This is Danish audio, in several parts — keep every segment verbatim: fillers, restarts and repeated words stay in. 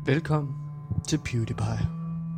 Welcome to PewDiePie.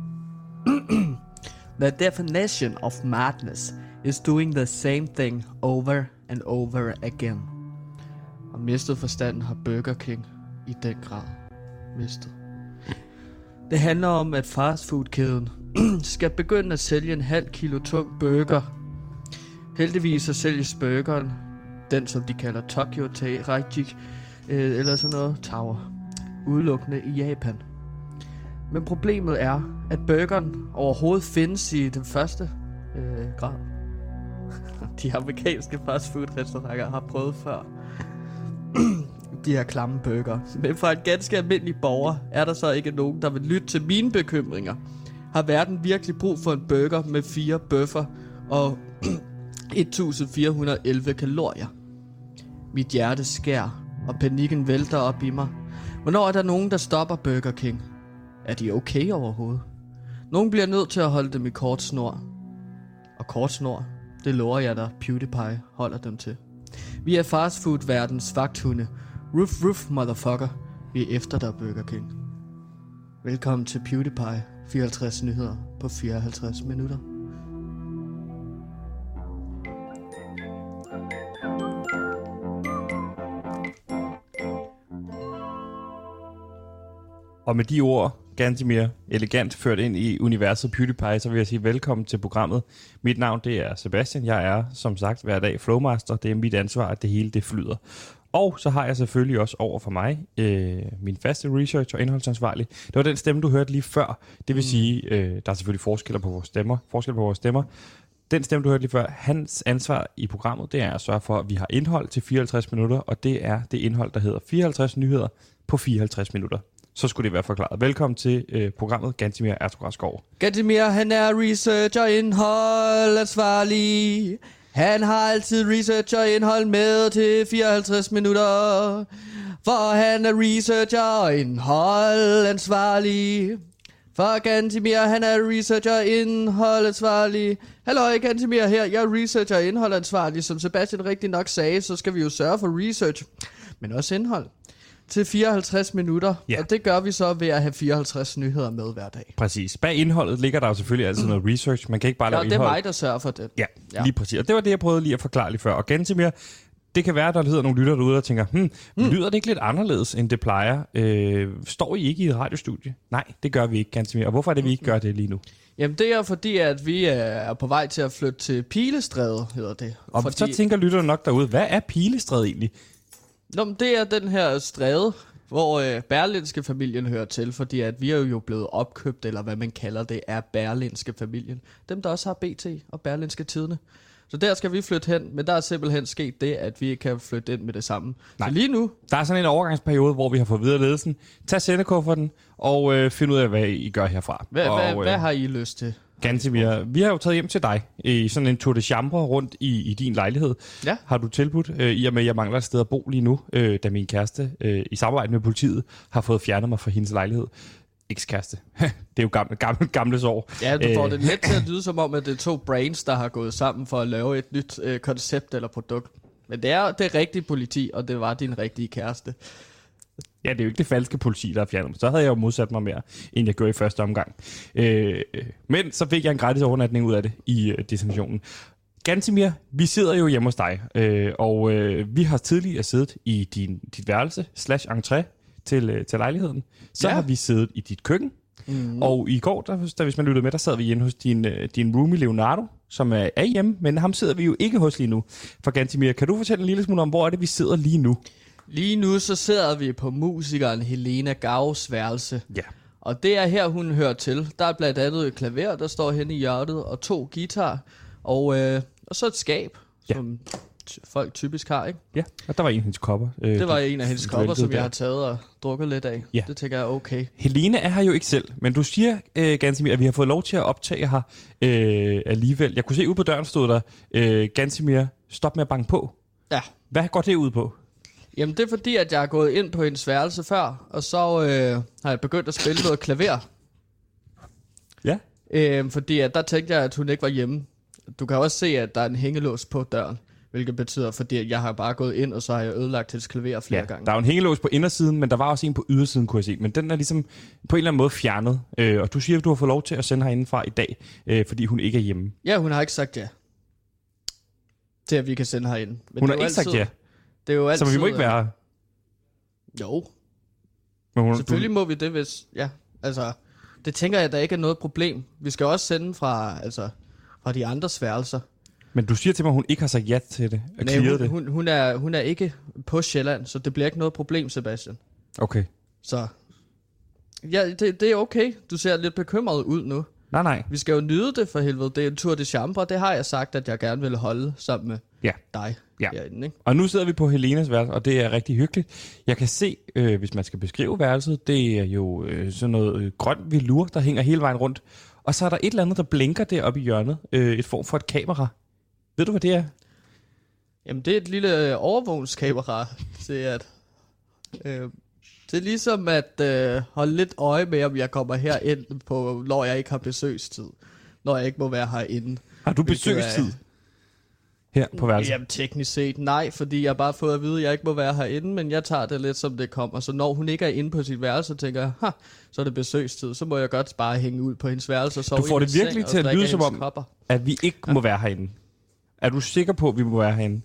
The definition of madness is doing the same thing over and over again. Og mistet forstand har Burger King i den grad mistet. Det handler om, at fastfoodkæden skal begynde at sælge en halv kilo tung burger. Heldigvis så sælges burgeren, den som de kalder Tokyo Teriyaki, øh, eller sådan noget, Tower, udelukkende i Japan. Men problemet er, at burgeren overhovedet findes i den første øh, grad. De amerikanske fastfood-restauranter har prøvet før de her klamme burger. Men for en ganske almindelig borger er der så ikke nogen, der vil lytte til mine bekymringer. Har verden virkelig brug for en burger med fire bøffer og et tusind fire hundrede og elleve kalorier? Mit hjerte skær, og panikken vælter op i mig. Hvornår er der nogen, der stopper Burger King? Er de okay overhovedet? Nogen bliver nødt til at holde dem i kort snor. Og kort snor, det lover jeg dig, PewDiePie holder dem til. Vi er fastfood-verdens vagthunde. Roof, roof, motherfucker. Vi er efter dig, Burger King. Velkommen til PewDiePie. fireoghalvtreds nyheder på fireoghalvtreds minutter. Og med de ord, ganske mere elegant ført ind i universet PewDiePie, så vil jeg sige velkommen til programmet. Mit navn, det er Sebastian. Jeg er, som sagt, hver dag Flowmaster. Det er mit ansvar, at det hele det flyder. Og så har jeg selvfølgelig også over for mig øh, min faste research- og indholdsansvarlig. Det var den stemme, du hørte lige før. Det vil mm. sige, øh, der er selvfølgelig forskelle på vores stemmer. Forskel på vores stemmer. Den stemme, du hørte lige før, hans ansvar i programmet, det er at sørge for, at vi har indhold til fireoghalvtreds minutter, og det er det indhold, der hedder fireoghalvtreds nyheder på fireoghalvtreds minutter. Så skulle det være forklaret. Velkommen til øh, programmet Gantimir Ertugradskov. Gantimir, han er research og indhold ansvarlig. Han har altid research og indhold med til fireoghalvtreds minutter. For han er research og indhold ansvarlig. For Gantimir, han er research og indhold ansvarlig. Hallo, Gantimir her. Jeg er research og indhold ansvarlig. Som Sebastian rigtig nok sagde, så skal vi jo sørge for research, men også indhold til fireoghalvtreds minutter, ja. Og det gør vi så ved at have fireoghalvtreds nyheder med hver dag. Præcis. Bag indholdet ligger der jo selvfølgelig altid noget research. Man kan ikke bare lave ja, det er indhold. mig, der sørger for det. Ja, ja, lige præcis. Og det var det, jeg prøvede lige at forklare lige før. Og Gantimir, det kan være, at der hedder nogle lytter derude, der tænker, hmm, mm. lyder det ikke lidt anderledes, end det plejer? Øh, står I ikke i et radiostudie? Nej, det gør vi ikke, Gantimir. Og hvorfor er det, vi ikke gør det lige nu? Jamen, det er fordi, at vi er på vej til at flytte til Pilestræde, hedder det. Og fordi... så tænker lytterne nok derude, hvad er Pilestræde egentlig? Nå, men det er den her stræde, hvor øh, Berlinske familien hører til, fordi at vi er jo blevet opkøbt, eller hvad man kalder det, er Berlinske familien. Dem, der også har B T og Berlinske Tidende. Så der skal vi flytte hen, men der er simpelthen sket det, at vi ikke kan flytte ind med det samme. Nej. Så lige nu... Der er sådan en overgangsperiode, hvor vi har fået videre ledelsen. Tag sendekufferten og øh, find ud af, hvad I gør herfra. Hvad, og, hvad, øh, hvad har I lyst til? Gantimir, vi har jo taget hjem til dig i sådan en tour de chambre rundt i, i din lejlighed. Ja. Har du tilbudt, øh, i og med at jeg mangler et sted at bo lige nu, øh, da min kæreste øh, i samarbejde med politiet har fået fjernet mig fra hendes lejlighed. Ekskæreste. Det er jo gamle, gamle, gamle sår. Ja, du får det let til at lyde som om, at det er to brains, der har gået sammen for at lave et nyt øh, koncept eller produkt. Men det er det rigtige politi, og det var din rigtige kæreste. Ja, det er jo ikke det falske politi, der har fjernet mig. Så havde jeg jo modsat mig mere, end jeg gjorde i første omgang. Øh, men så fik jeg en gratis overnatning ud af det i øh, destinationen. Gantimir, vi sidder jo hjemme hos dig, øh, og øh, vi har tidligere siddet i din, dit værelse, slash entré til, øh, til lejligheden. Så ja. har vi siddet i dit køkken. Mm. Og i går, der, der, hvis man lyttede med, der sad vi hjemme hos din, øh, din roomie Leonardo, som er, er hjemme, men ham sidder vi jo ikke hos lige nu. For Gantimir, kan du fortælle en lille smule om, hvor er det, vi sidder lige nu? Lige nu så sidder vi på musikeren Helena Gaus værelse. Ja. Og det er her, hun hører til. Der er blandt andet et klaver, der står henne i hjørnet, og to guitar, og, øh, og så et skab, ja. som t- folk typisk har, ikke? Ja, og der var en af hendes kopper. Øh, det var en af hendes kopper, som jeg der. har taget og drukket lidt af. Ja. Det tænker jeg er okay. Helena er her jo ikke selv, men du siger, øh, Gantimir, at vi har fået lov til at optage her øh, alligevel. Jeg kunne se, ude på døren stod der, øh, Gantimir, stop med at banke på. Ja. Hvad går det ud på? Jamen det er fordi, at jeg er gået ind på hendes værelse før, og så øh, har jeg begyndt at spille noget klaver. Ja. Øh, fordi at der tænkte jeg, at hun ikke var hjemme. Du kan også se, at der er en hængelås på døren. Hvilket betyder, fordi jeg har bare gået ind, og så har jeg ødelagt hendes klaver flere ja, gange. Der er jo en hængelås på indersiden, men der var også en på ydersiden, kunne jeg se. Men den er ligesom på en eller anden måde fjernet. Øh, og du siger, at du har fået lov til at sende her indenfra i dag, øh, fordi hun ikke er hjemme. Ja, hun har ikke sagt ja. Til at vi kan sende herind. Men Hun har ikke altid, sagt ja. Det er jo altid, så vi må ikke være her. Jo. Men hun, Selvfølgelig du... må vi det, hvis... Ja, altså... Det tænker jeg, der ikke er noget problem. Vi skal også sende fra, altså, fra de andres værelser. Men du siger til mig, at hun ikke har sagt ja til det. Nej, hun, det. Hun, hun, er, hun er ikke på Sjælland, så det bliver ikke noget problem, Sebastian. Okay. Så... Ja, det, det er okay. Du ser lidt bekymret ud nu. Nej, nej. Vi skal jo nyde det for helvede. Det er en tur de chambre. Det har jeg sagt, at jeg gerne vil holde sammen med ja. dig ja. herinde, ikke? Og nu sidder vi på Helenas værelse, og det er rigtig hyggeligt. Jeg kan se, øh, hvis man skal beskrive værelset, det er jo øh, sådan noget øh, grønt velur, der hænger hele vejen rundt. Og så er der et eller andet, der blinker deroppe i hjørnet. Øh, et form for et kamera. Ved du, hvad det er? Jamen, det er et lille overvågningskamera til at... Øh, det er ligesom at øh, holde lidt øje med, om jeg kommer herind, på, når jeg ikke har besøgstid. Når jeg ikke må være herinde. Har du besøgstid? Er... Her på værelset? Jamen, teknisk set nej, fordi jeg har bare fået at vide, at jeg ikke må være herinde, men jeg tager det lidt, som det kommer. Så når hun ikke er inde på sit værelse, så tænker jeg, ha, så er det besøgstid. Så må jeg godt bare hænge ud på hendes værelse og sove. Du får det virkelig til at lyde som om, kopper. At vi ikke ja. må være herinde. Er du sikker på, at vi må være herinde?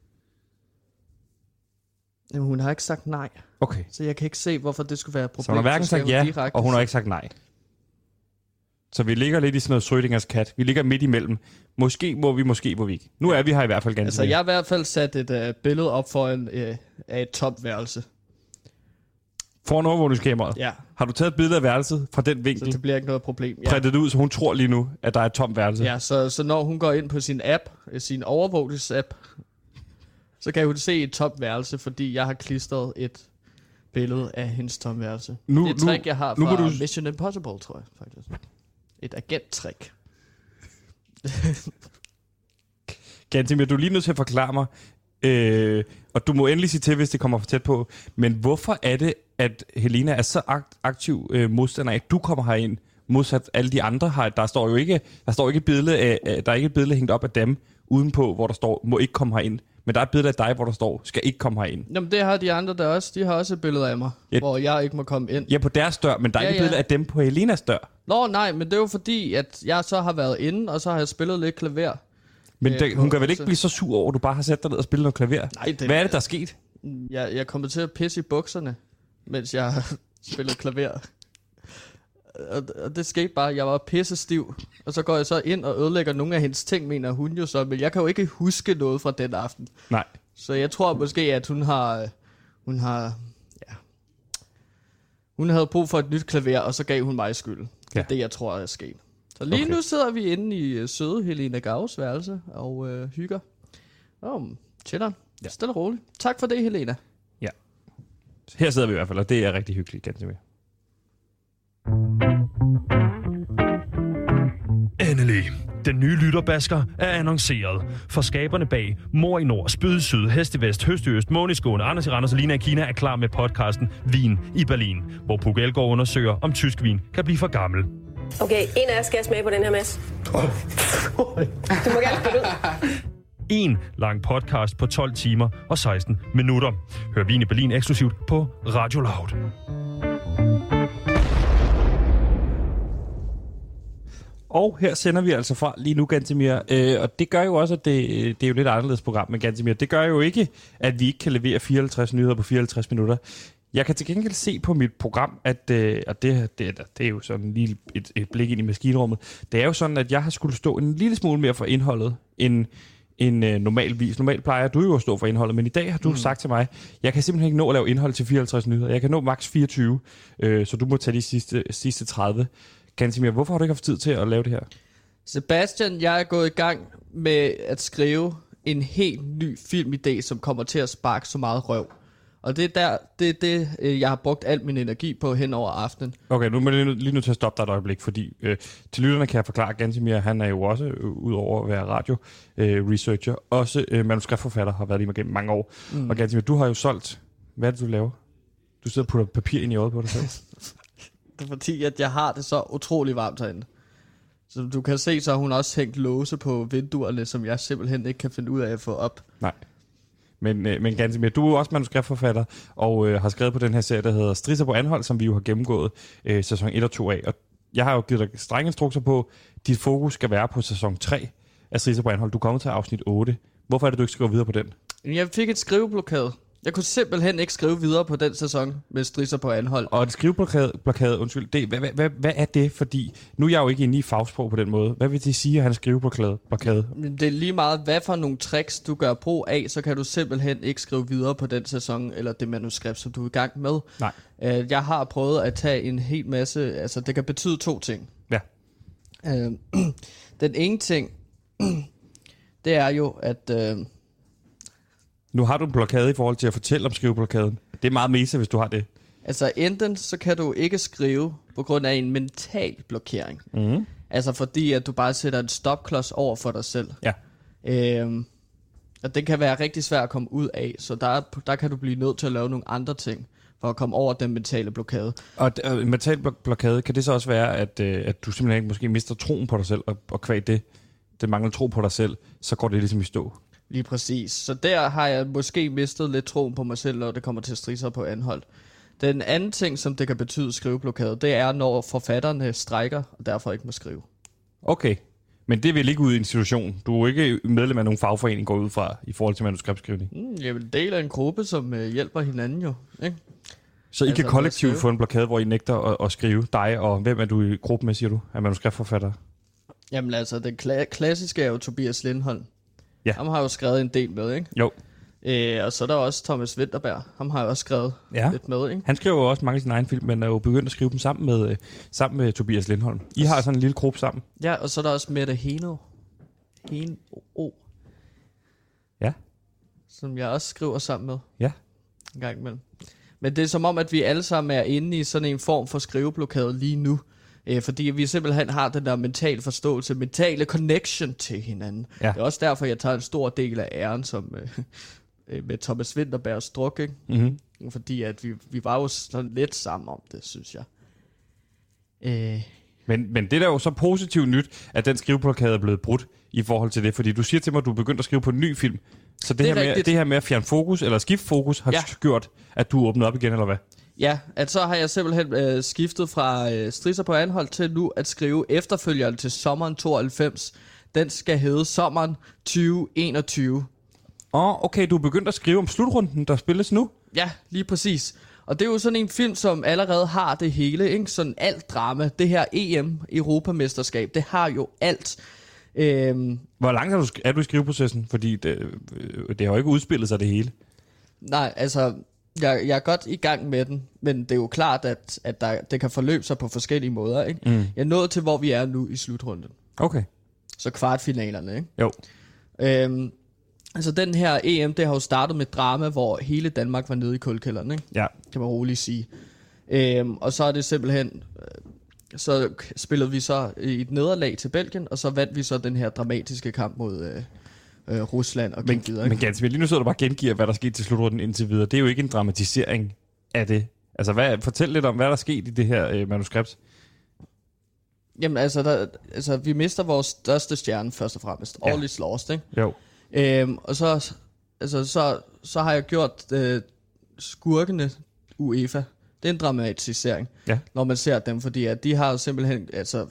Jamen, hun har ikke sagt nej. Okay. Så jeg kan ikke se, hvorfor det skulle være et problem. Så hun har hverken sagt ja, og hun har ikke sagt nej. Så vi ligger lidt i sådan noget Schrödingers kat. Vi ligger midt imellem. Måske må vi, måske må vi ikke. Nu er vi her i hvert fald ganske. Altså, jeg har i hvert fald sat et uh, billede op for en, uh, af et topværelse. Foran overvågningskameraet? Ja. Har du taget et billede af værelset fra den vinkel? Så det bliver ikke noget problem. Ja. Printet det ud, så hun tror lige nu, at der er et tomt værelse? Ja, så, så når hun går ind på sin app, sin overvågningsapp, så kan hun se et topværelse, fordi jeg har klistret et billede af hendes tomværelse. Nu, det er et trick, nu, jeg har fra du... Mission Impossible, tror jeg faktisk. Et agent-trick. Gantemir, du er lige nødt til at forklare mig, øh, og du må endelig sige til, hvis det kommer for tæt på, men hvorfor er det, at Helena er så akt- aktiv øh, modstander af, at du kommer herind, modsat alle de andre her? Der står jo ikke, der står ikke et billede af, der er ikke et billede hængt op af dem udenpå, hvor der står, må ikke komme herind. Men der er et billede af dig, hvor der står, skal ikke komme herind. Jamen det har de andre der også. De har også et billede af mig, ja. Hvor jeg ikke må komme ind. Ja, på deres dør, men der er ja, ikke et billede ja. af dem på Helenas dør. Nå nej, men det er jo fordi, at jeg så har været inde, og så har jeg spillet lidt klaver. Men øh, det, hun kan vel ikke blive så sur over, at du bare har sat dig ned og spillet noget klaver? Nej, det, hvad er det, der er sket? Jeg, jeg kommer til at pisse i bukserne, mens jeg har spillet klaver. Og, og det skete bare, jeg var pisse stiv. Og så går jeg så ind og ødelægger nogle af hendes ting, mener hun jo så. Men jeg kan jo ikke huske noget fra den aften. Nej. Så jeg tror måske, at hun har... Hun har... Ja. Hun havde brug for et nyt klaver, og så gav hun mig skylden. Det er ja. det, jeg tror er sket. Så lige okay. nu sidder vi inde i uh, søde Helena Gavs værelse og uh, hygger. Oh, chiller. Ja. Stille og roligt. Tak for det, Helena. Ja. Her sidder vi i hvert fald, og det er rigtig hyggeligt, ganske mere. Endelig. Den nye lytterbasker er annonceret. For skaberne bag Mor i Nord, Spyd i Syd, Hest i Vest, Høst i Øst, Måne i Skåne, Anders i Randers og Lina i Kina er klar med podcasten Vin i Berlin, hvor Puk Elgård undersøger, om tysk vin kan blive for gammel. Okay, en af jer skal smage på den her, Mads. Du må gerne spille ud. En lang podcast på tolv timer og seksten minutter. Hør Vin i Berlin eksklusivt på Radio Loud. Og her sender vi altså fra lige nu, Gantemir. Øh, og det gør jo også, at det, det er jo lidt anderledes program med Gantemir. Det gør jo ikke, at vi ikke kan levere fireoghalvtreds nyheder på fireoghalvtreds minutter. Jeg kan til gengæld se på mit program, at øh, og det, det, det er jo sådan lige et, et blik ind i maskinrummet. Det er jo sådan, at jeg har skulle stå en lille smule mere for indholdet end en øh, normalvis. Normalt plejer du jo at stå for indholdet, men i dag har du mm. sagt til mig, jeg kan simpelthen ikke nå at lave indhold til fireoghalvtreds nyheder. Jeg kan nå maks fireogtyve, øh, så du må tage de sidste, sidste tredive. Gantemir, hvorfor har du ikke haft tid til at lave det her? Sebastian, jeg er gået i gang med at skrive en helt ny filmidé, som kommer til at sparke så meget røv. Og det er der, det er det, jeg har brugt al min energi på hen over aftenen. Okay, nu er jeg lige nødt til at stoppe dig et øjeblik, fordi øh, til lytterne kan jeg forklare, at Gantemir, han er jo også, øh, udover at være radio-researcher, øh, også øh, manuskriptforfatter, har været lige med gennem mange år. Mm. Og Gantemir, du har jo solgt, hvad er det, du laver? Du sidder og putter papir ind i øjet på dig selv. Det er fordi, at jeg har det så utrolig varmt herinde. Som du kan se, så har hun også hængt låse på vinduerne, som jeg simpelthen ikke kan finde ud af at få op. Nej. Men, øh, men Gantemir, du er jo også manuskriptforfatter, og øh, har skrevet på den her serie, der hedder Strisser på Anhold, som vi jo har gennemgået øh, sæson et og to af. Og jeg har jo givet dig strenge instrukser på, dit fokus skal være på sæson tre af Strisser på Anhold. Du er kommet til afsnit otte. Hvorfor er det, du ikke skriver videre på den? Jeg fik et skriveblokade. Jeg kunne simpelthen ikke skrive videre på den sæson med Strisser på Anhold. Og et skriveblokade, blokade, undskyld, det, hvad, hvad, hvad er det? Fordi nu er jeg jo ikke inde i fagsprog på den måde. Hvad vil det sige, at han er skriveblokade? Blokade? Det er lige meget, hvad for nogle tricks du gør brug af, så kan du simpelthen ikke skrive videre på den sæson, eller det manuskript, som du er i gang med. Nej. Jeg har prøvet at tage en hel masse, altså det kan betyde to ting. Ja. Øh, den ene ting, det er jo, at... Øh, Nu har du en blokade i forhold til at fortælle om skriveblokaden. Det er meget mesa, hvis du har det. Altså enten så kan du ikke skrive på grund af en mental blokering. Mm. Altså fordi at du bare sætter en stopklods over for dig selv. Ja. Øhm, og det kan være rigtig svært at komme ud af. Så der, der kan du blive nødt til at lave nogle andre ting for at komme over den mentale blokade. Og øh, en mental blokade, kan det så også være, at, øh, at du simpelthen ikke måske mister troen på dig selv, og, og kvæg det, det mangler tro på dig selv, så går det ligesom i stå. Lige præcis. Så der har jeg måske mistet lidt troen på mig selv, når det kommer til Strisser på Anhold. Den anden ting, som det kan betyde skriveblokade, det er, når forfatterne strækker og derfor ikke må skrive. Okay, men det vil ikke ud i en situation. Du er ikke medlem af nogen fagforening, går ud fra i forhold til manuskriptskrivning. Mm, jeg vil dele af en gruppe, som øh, hjælper hinanden jo, ikke? Så I Altså, kan kollektivt få en blokade, hvor I nægter at, at skrive dig, og hvem er du i gruppe med, siger du, af manuskriptforfatter? Jamen altså, den kla- klassiske er jo Tobias Lindholm. Ja. Ham har jo skrevet en del med, ikke? Jo. Øh, og så er der også Thomas Vinterberg. Ham har jeg også skrevet Ja. lidt med, ikke? Han skriver jo også mange af sine egne film, men er jo begyndt at skrive dem sammen med, øh, sammen med Tobias Lindholm. I har sådan en lille gruppe sammen. Ja, og så er der også Mette Heno. Heno. Oh, Ja. som jeg også skriver sammen med Ja. en gang imellem. Men det er som om, at vi alle sammen er inde i sådan en form for skriveblokade lige nu. Øh, fordi vi simpelthen har den der mentale forståelse, mentale connection til hinanden. Ja. Det er også derfor, jeg tager en stor del af æren som, øh, med Thomas Vinterbergs druk, ikke? Mm-hmm. Fordi at vi, vi var jo sådan lidt sammen om det, synes jeg. Øh, Men, men det er da jo så positivt nyt, at den skriveblokade er blevet brudt i forhold til det. Fordi du siger til mig, at du er begyndt at skrive på en ny film. Så det, Det er her, med, rigtigt. det her med at fjerne fokus, eller skifte fokus, har Ja. gjort, at du åbner op igen, eller hvad? ja, at så har jeg simpelthen øh, skiftet fra øh, Strisser på Anhold til nu at skrive efterfølgeren til sommeren tooghalvfems. Den skal hedde Sommeren tyve enogtyve. Åh, oh, okay, du er begyndt at skrive om slutrunden, der spilles nu. Ja, lige præcis. Og det er jo sådan en film, som allerede har det hele, ikke? Sådan alt drama. Det her E M, Europamesterskab, det har jo alt. Øhm, Hvor langt er du, er du i skriveprocessen? Fordi det, øh, det har jo ikke udspillet sig det hele. nej, altså, jeg, jeg er godt i gang med den, men det er jo klart, at, at der, det kan forløbe sig på forskellige måder, ikke? Mm. Jeg er nået til, hvor vi er nu i slutrunden. Okay. Så kvartfinalerne, ikke? Jo. Øhm, altså den her E M, det har jo startet med drama, hvor hele Danmark var nede i kulkælderen, ikke? Ja. Kan man roligt sige. Øhm, og så er det simpelthen, øh, så spillede vi så i et nederlag til Belgien, og så vandt vi så den her dramatiske kamp mod øh, øh, Rusland og Men, gik videre. men Gansomir, lige nu sidder du bare og gengiver, hvad der skete til slutrunden indtil videre. Det er jo ikke en dramatisering af det. Altså, hvad, fortæl lidt om, hvad der er sket i det her øh, manuskript. Jamen altså, der, altså, vi mister vores største stjerne først og fremmest. Ja. All is lost, ikke? Jo. Øhm, og så, altså, så, så har jeg gjort øh, skurkene UEFA. Det er en dramatisering, Ja. når man ser dem, fordi at de har jo simpelthen altså,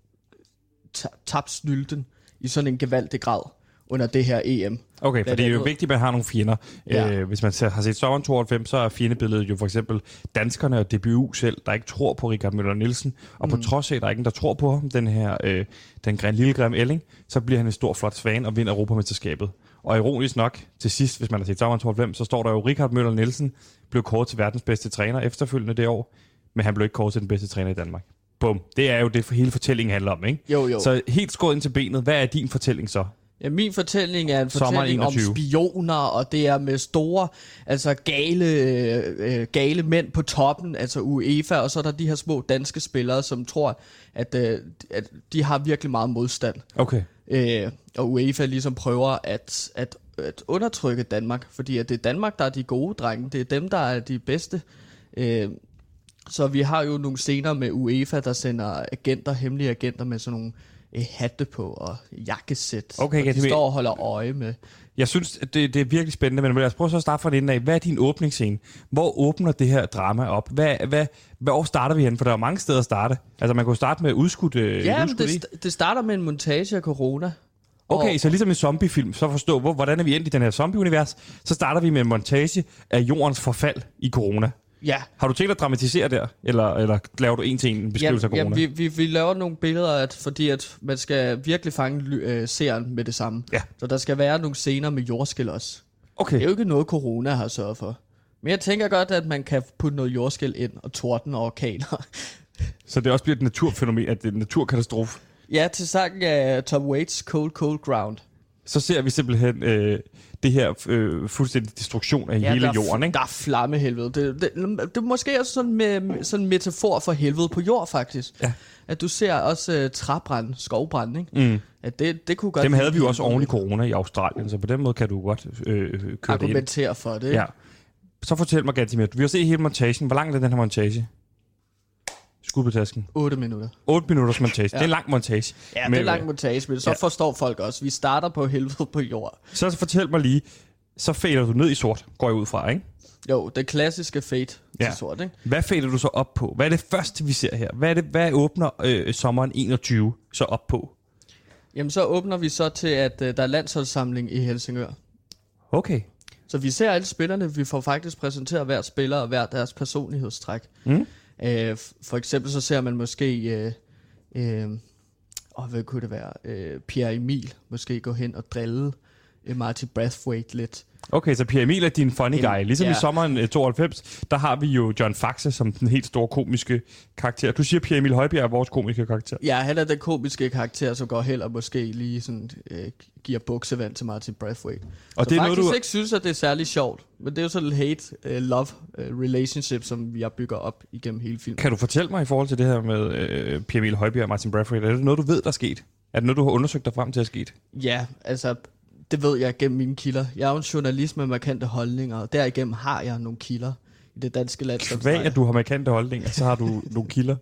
ta- tabt snylden i sådan en gevaldig grad under det her E M. Okay, for Hvad det er det jo er. vigtigt, at man har nogle fjender. Ja. Øh, hvis man ser, har set sommeren tooghalvfems, så er fjendebilledet jo for eksempel danskerne og D B U selv, der ikke tror på Richard Møller Nielsen. Og mm. på trods af, at der er ingen, der tror på ham, den her øh, den græn, lille grim Elling, så bliver han en stor, flot svane og vinder Europamesterskabet. Og ironisk nok, til sidst, hvis man har set sommeren tooghalvfems, så står der jo, Richard Møller Nielsen blev kåret til verdens bedste træner efterfølgende det år, men han blev ikke kåret til den bedste træner i Danmark. Bum. Det er jo det, hele fortællingen handler om, ikke? Jo, jo. Så helt skåret ind til benet, hvad er din fortælling så? Ja, min fortælling er en Sommeren fortælling om enogtyve. spioner, og det er med store, altså gale, øh, gale mænd på toppen, altså UEFA, og så er der de her små danske spillere, som tror, at, øh, at de har virkelig meget modstand. Okay. Øh, og UEFA ligesom prøver at, at, at undertrykke Danmark, fordi at det er Danmark, der er de gode drenge, det er dem, der er de bedste. Øh, så vi har jo nogle scener med UEFA, der sender agenter, hemmelige agenter med sådan nogle øh, hatte på og jakkesæt. Okay, og de Gantemir. står og holder øje med. Jeg synes, at det, det er virkelig spændende, men lad os prøve så at starte fra den af. Hvad er din åbningsscene? Hvor åbner det her drama op? Hvad, hvad, hvor starter vi hen? For der er mange steder at starte. Altså, man kunne starte med udskudt øh, Ja, udskudt det, i. st- det starter med en montage af corona. Okay, og, så ligesom en zombiefilm, så forstå, hvor, hvordan er vi endt i den her zombie-univers? Så starter vi med en montage af jordens forfald i corona. Ja. Har du tænkt at dramatisere der? Eller, eller laver du en til en beskrivelse ja, af corona? Ja, vi, vi, vi laver nogle billeder, at, fordi at man skal virkelig fange øh, seeren med det samme. Ja. Så der skal være nogle scener med jordskælv også. Okay. Det er jo ikke noget, corona har sørget for. Men jeg tænker godt, at man kan putte noget jordskælv ind, og torden og orkaner. Så det også bliver et naturfænomen, at det er en naturkatastrofe. Ja, til sangen af Tom Waits Cold Cold Ground. Så ser vi simpelthen øh, det her øh, fuldstændig destruktion af Ja, hele der er, jorden, ikke? Der er flammehelvede. Det, det, det er måske også sådan med sådan en metafor for helvede på jord, faktisk. Ja. At du ser også uh, træbrand, skovbrand, ikke? Mm. At det, det kunne godt... Dem havde vi jo også oven i corona i Australien, så på den måde kan du godt øh, køre det ind. argumentere for det. Ja. Så fortæl mig, Gantemir, vi har set hele montagen. Hvor lang er den her montage? Skud på tasken. otte minutter. otte minutters montage. Ja. Det er en lang montage. Ja, det Men, er en lang montage, men så ja. forstår folk også. Vi starter på helvede på jord. Så fortæl mig lige, så fader du ned i sort, går jeg ud fra, ikke? Jo, det klassiske fade Ja. til sort, ikke? Hvad fader du så op på? Hvad er det første, vi ser her? Hvad, er det, hvad åbner øh, sommeren enogtyve så op på? Jamen, så åbner vi så til, at uh, der er landsholdssamling i Helsingør. Okay. Så vi ser alle spillerne. Vi får faktisk præsenteret hver spiller og hver deres personlighedstræk. Mm. Uh, for eksempel så ser man måske... Uh, uh, åh, hvad kunne det være? Uh, Pierre Emil måske gå hen og drille uh, Marty Brathwaite lidt. Okay, så Pierre Emil er din funny guy. Ligesom Ja. i sommeren øh, tooghalvfems, der har vi jo John Faxe som den helt store komiske karakter. Du siger, Pierre Emil Højbjerg er vores komiske karakter. Ja, han er den komiske karakter, som går hen og måske lige sådan, øh, giver buksevand til Martin Brathwaite. Og så det er faktisk noget, du... ikke synes, at det er særlig sjovt. Men det er jo sådan en hate-love uh, uh, relationship, som vi har bygget op igennem hele filmen. Kan du fortælle mig i forhold til det her med øh, Pierre Emil Højbjerg og Martin Brathwaite? Er det noget, du ved, der er sket? Er det noget, du har undersøgt dig frem til at sket? Ja, altså, det ved jeg gennem mine kilder. Jeg er jo en journalist med markante holdninger, og derigennem har jeg nogle kilder i det danske land. Hvad at du har markante holdninger, så har du nogle kilder.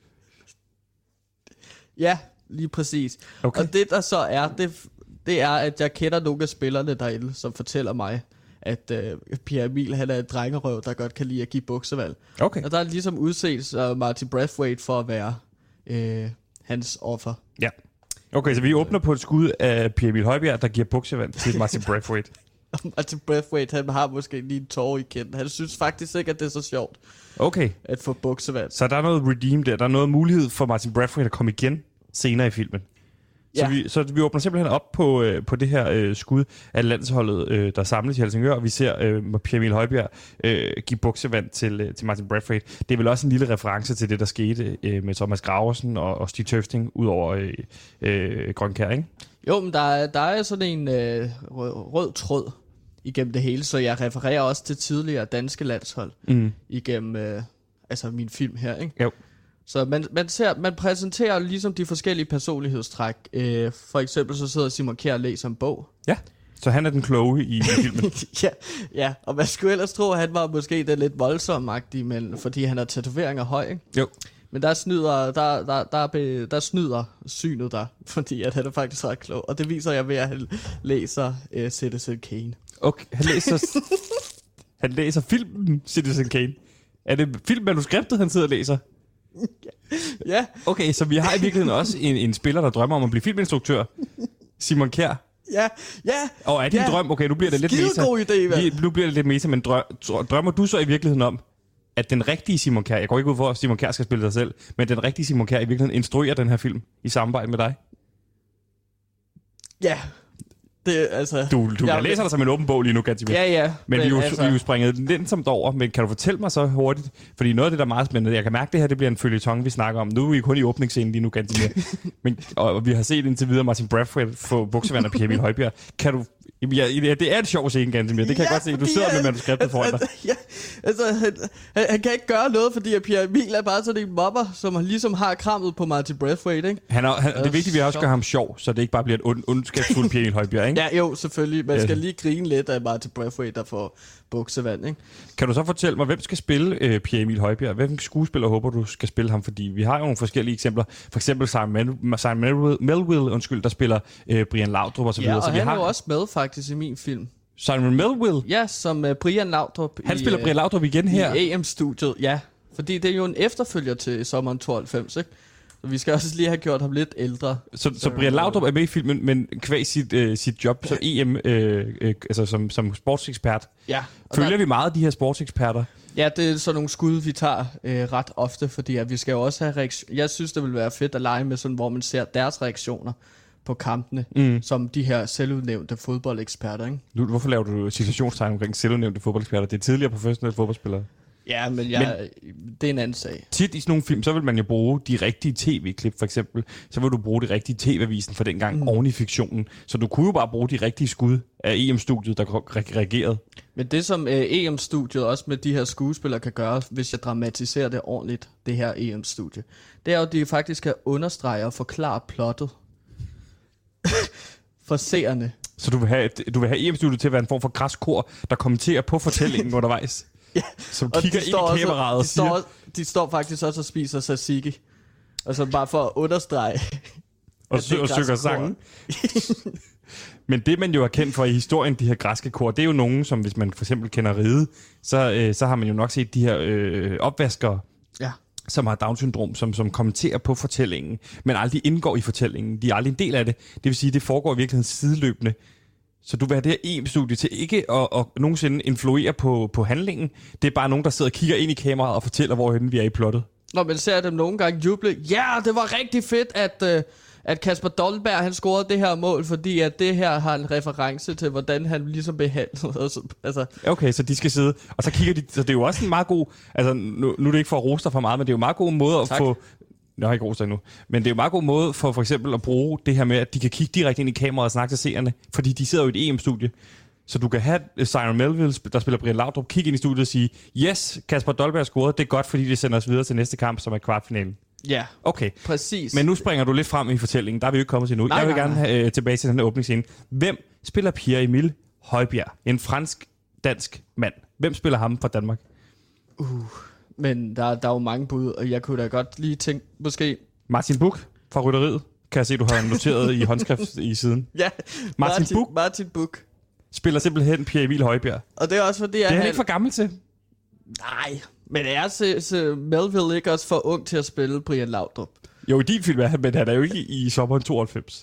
Ja, lige præcis. Okay. Og det der så er, det, det er, at jeg kender nogle af spillerne derinde, som fortæller mig, at uh, Pierre Emil, han er en drengerøv, der godt kan lide at give buksevalg. Okay. Og der er ligesom udset uh, Martin Brathwaite for at være uh, hans offer. Ja. Okay, så vi åbner på et skud af Pierre Emil Højbjerg, der giver buksevand til Martin Brathwaite. Og Martin Brathwaite, han har måske lige en tårer i kendt. Han synes faktisk ikke, at det er så sjovt Okay, at få buksevand. så der er noget redeem der. Der er noget mulighed for Martin Brathwaite at komme igen senere i filmen. Så, Ja. vi, så vi åbner simpelthen op på, øh, på det her øh, skud af landsholdet, øh, der samles i Helsingør, og vi ser øh, Pierre Emil Højbjerg øh, give buksevand til, øh, til Martin Brathwaite. Det er vel også en lille reference til det, der skete øh, med Thomas Graversen og, og Stig Tøfting ud over øh, øh, Grønkær, ikke? Jo, men der er, der er sådan en øh, rød, rød tråd igennem det hele, så jeg refererer også til tidligere danske landshold Mm. igennem øh, altså min film her, ikke? Jo. Så man, man, ser, man præsenterer ligesom de forskellige personlighedstræk. Øh, for eksempel så sidder Simon Kjær og læser en bog. Ja, så han er den kloge i, i filmen. ja, ja, og man skulle ellers tro, at han var måske den lidt voldsommagtige, men fordi han har tatoveringer høj, ikke? Jo. Men der snyder, der, der, der, der, der snyder synet der, fordi at han er faktisk ret klog. Og det viser jeg ved, at han læser uh, Citizen Kane. Okay, han læser, han læser filmen Citizen Kane. Er det filmmanuskriptet, han sidder og læser? Ja, Okay, så vi har i virkeligheden også en, en spiller, der drømmer om at blive filminstruktør. Simon Kjær. ja, ja. Og er din Ja. drøm, okay, nu bliver det lidt meta. Skidegod idé, vel? Vi- Nu bliver det lidt meta, men drø, drømmer du så i virkeligheden om, at den rigtige Simon Kjær, jeg går ikke ud for, at Simon Kjær skal spille sig selv, men den rigtige Simon Kjær i virkeligheden instruerer den her film i samarbejde med dig? Ja, det altså... Du, du Ja, jeg læser dig som en åben bog lige nu, Gantimir. Ja, ja. Men vi er jo, altså, vi er jo springet nænsomt over, men kan du fortælle mig så hurtigt, fordi noget af det, der er meget spændende, jeg kan mærke, det her det bliver en føljeton, vi snakker om. Nu er vi kun i åbningsscenen lige nu, Gantimir. men, og vi har set indtil videre Martin Brathwaite få buksevand af Pierre Emil Højbjerg. Kan du... Ja, det er et sjovt scene, Gantimir. Det kan jeg godt se. Du fordi sidder jeg- med manuskriptet foran dig. Altså, ja, altså han, han, han kan ikke gøre noget, fordi at Pierre Emil er bare sådan en mobber, som ligesom har krammet på Martin Brathwaite, ikke? Han er, han, det er vigtigt, at vi også sjov. gør ham sjov, så det ikke bare bliver et ond, ondskabsfuldt Pierre Emil Højbjerg, ikke? Ja, jo, selvfølgelig. Man Ja. skal lige grine lidt af Martin Brathwaite, der får, buksevand, ikke? Kan du så fortælle mig, hvem skal spille øh, Pierre Emil Højbjerg? Hvem skuespiller håber du skal spille ham? Fordi vi har jo nogle forskellige eksempler. For eksempel Simon, Simon Melville, Melville, undskyld, der spiller øh, Brian Laudrup og så ja, videre. og så vi han har... er jo også med faktisk i min film. Simon Melville? Ja, som uh, Brian Laudrup. Han i, spiller Brian Laudrup igen her? I A M-studiet, ja. Fordi det er jo en efterfølger til sommeren tooghalvfems, ikke? Så vi skal også lige have gjort ham lidt ældre. Så, så, så Brian Laudrup er med i filmen, men kvæg sit, øh, sit job som E M, øh, øh, altså som, som sportsekspert. Ja. Følger der, vi meget af de her sportseksperter? Ja, det er sådan nogle skud, vi tager øh, ret ofte, fordi at vi skal jo også have reaktion. Jeg synes, det vil være fedt at lege med sådan, hvor man ser deres reaktioner på kampene, mm. som de her selvudnævnte fodboldeksperter, ikke? Nu, hvorfor laver du citationstegn omkring selvudnævnte fodboldeksperter? Det er tidligere professionelle fodboldspillere. Ja, men, jeg, men det er en anden sag. Tit i sådan nogle film, så vil man jo bruge de rigtige tv-klip, for eksempel. Så vil du bruge de rigtige tv-avisen for dengang mm. oven i fiktionen. Så du kunne jo bare bruge de rigtige skud af E M-studiet, der reagerede. Men det, som uh, E M-studiet også med de her skuespillere kan gøre, hvis jeg dramatiserer det ordentligt, det her E M-studie, det er jo, at de faktisk kan understrege og forklare plottet for seerne. Så du vil have, du vil have E M-studiet til at være en form for græskor, der kommenterer på fortællingen undervejs? Ja, som kigger ind i kameraet og de siger... Står, de står faktisk også og spiser tzatziki. Altså bare for at understrege... og sy- og synger sangen. Men det, man jo har kendt for i historien, de her græske kor, det er jo nogen, som hvis man for eksempel kender Ride, så, øh, så har man jo nok set de her øh, opvaskere, ja. som har Down-syndrom, som, som kommenterer på fortællingen, men aldrig indgår i fortællingen. De er aldrig en del af det. Det vil sige, det foregår i virkeligheden sideløbende. Så du vil have det her E M-studie til ikke at, at nogensinde influere på, på handlingen. Det er bare nogen, der sidder og kigger ind i kameraet og fortæller, hvorhen vi er i plottet. Når man ser dem nogle gange juble, ja, det var rigtig fedt, at, uh, at Kasper Dolberg han scorede det her mål, fordi at det her har en reference til, hvordan han ligesom behandlede. Altså. Okay, så de skal sidde, og så kigger de, så det er jo også en meget god, altså nu, nu er det ikke for at rose dig for meget, men det er jo en meget god måde at tak. få... Jeg har ikke rost dig endnu. Men det er jo en meget god måde for for eksempel at bruge det her med, at de kan kigge direkte ind i kameraet og snakke til seerne, fordi de sidder jo i et E M-studie. Så du kan have Simon Melville, der spiller Brian Laudrup, kigge ind i studiet og sige, yes, Kasper Dolberg scorede, det er godt, fordi det sender os videre til næste kamp, som er kvartfinalen. Ja, okay. Præcis. Men nu springer du lidt frem i fortællingen, der er vi jo ikke kommet til nu. Nej, Jeg vil nej, gerne have øh, tilbage til den her åbningsscene. Hvem spiller Pierre Emil Højbjerg? En fransk-dansk mand. Hvem spiller ham fra Danmark? Uh, men der, der er jo mange bud, og jeg kunne da godt lige tænke, måske... Martin Buch fra Rytteriet. Kan jeg se, du har noteret i håndskrift i siden. Ja, Martin, Martin Buch Martin Buch spiller simpelthen Pierre Emil Højbjerg. Og det er også fordi, det er han han ikke for gammel til. Nej, men er så, så Melville ikke også for ung til at spille Brian Laudrup? Jo, i din film er han, men han er jo ikke i, i sommeren tooghalvfems.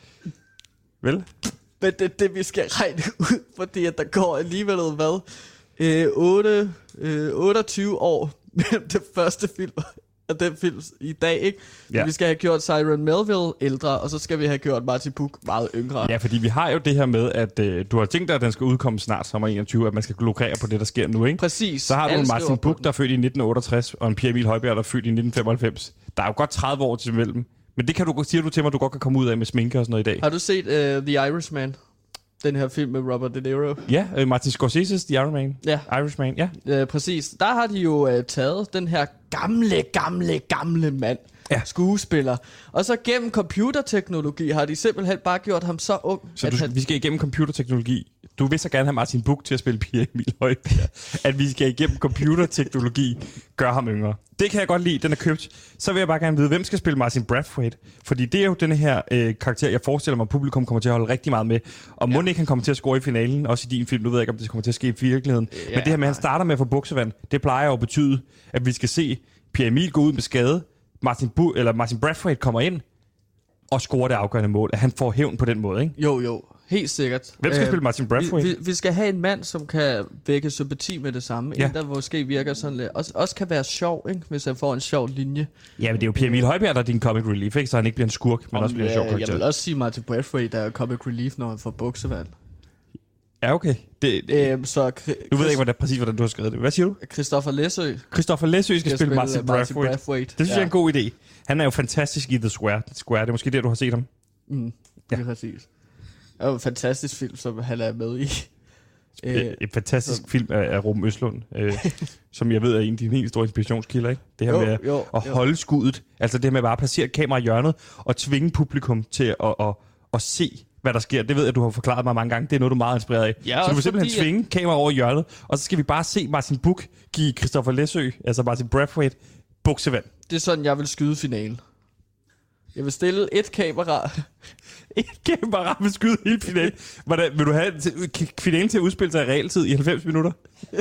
Vel? Men det er det, vi skal regne ud, fordi at der går alligevel hvad? Øh, otte, øh, otteogtyve år mellem det første film og den film i dag, ikke? Ja. Vi skal have gjort Simon Melville ældre, og så skal vi have gjort Martin Buch meget yngre. Ja, fordi vi har jo det her med, at øh, du har tænkt dig, at den skal udkomme snart, sommer enogtyve, at man skal lukrere på det, der sker nu, ikke? Præcis. Så har du en Martin Buch, der er født i nitten otteogtres, og en Pierre Emil Højbjerg, der er født i nitten femoghalvfems. Der er jo godt tredive år til mellem. Men det kan du, siger du til mig, du godt kan komme ud af med sminke og sådan noget i dag. Har du set uh, The Irishman? Den her film med Robert De Niro. Ja, uh, Martin Scorsese's The Irishman. Ja. Irishman, ja. Uh, præcis. Der har de jo uh, taget den her gamle, gamle, gamle mand, ja. skuespiller. Og så gennem computerteknologi har de simpelthen bare gjort ham så ung. Så at du, han... vi skal igennem computerteknologi. Du vil så gerne have Martin Buch til at spille Pierre Emil Højbjerg. At vi skal igennem computerteknologi, gør ham yngre. Det kan jeg godt lide, den er købt. Så vil jeg bare gerne vide, hvem skal spille Martin Brathwaite? Fordi det er jo den her øh, karakter, jeg forestiller mig, at publikum kommer til at holde rigtig meget med. Og må ja. ikke han kommer til at score i finalen, også i din film. Nu ved jeg ikke, om det kommer til at ske i virkeligheden. Ja, men det her med, at han starter med at få buksevand, det plejer jo at betyde, at vi skal se Pierre Emil gå ud med skade. Martin, Bu- eller Martin Brathwaite kommer ind og scorer det afgørende mål. At han får hævn på den måde, ikke? Jo, jo. Helt sikkert. Hvem skal øh, spille Martin Brathwaite? Vi, vi, vi skal have en mand, som kan vække sympati med det samme. Ja. En, der måske virker sådan lidt... Også, også kan være sjov, ikke? Hvis han får en sjov linje. Ja, men det er jo Pierre Emil Højbjerg, der er din comic relief, ikke? Så han ikke bliver en skurk, men Om, også bliver en sjov karakter. Jeg vil også sige Martin Brathwaite, der er comic relief, når han får buksevand. Ja, okay. Det, øhm, så Chris, du ved ikke, hvordan, præcis, hvordan du har skrevet det. Hvad siger du? Christopher Læsø. Christopher Læsø skal, skal spille, spille Martin, Martin Brathwaite. Brathwaite. Det synes ja. jeg er en god idé. Han er jo fantastisk i The Square. The Square. Det er måske der, du har set ham. Mm, ja. Det er præcis. Det er jo en fantastisk film, som han er med i. Et, et fantastisk så... film af, af Ruben Østlund, øh, som jeg ved er en af dine helt store inspirationskilder, ikke? Det her jo, med jo, at holde skuddet, altså det her med bare at placere et kamera i hjørnet og tvinge publikum til at, at, at se hvad der sker. Det ved jeg, du har forklaret mig mange gange. Det er noget, du er meget inspireret af. Ja, så du vil simpelthen fordi, tvinge kameraet over hjørnet, og så skal vi bare se Martin Buch give Christopher Læsø, altså Martin Brathwaite, buksevand. Det er sådan, jeg vil skyde finalen. Jeg vil stille et kamera. Et kamera vil skyde hele finalen. Hvordan, vil du have finalen til at udspille sig i realtid i halvfems minutter?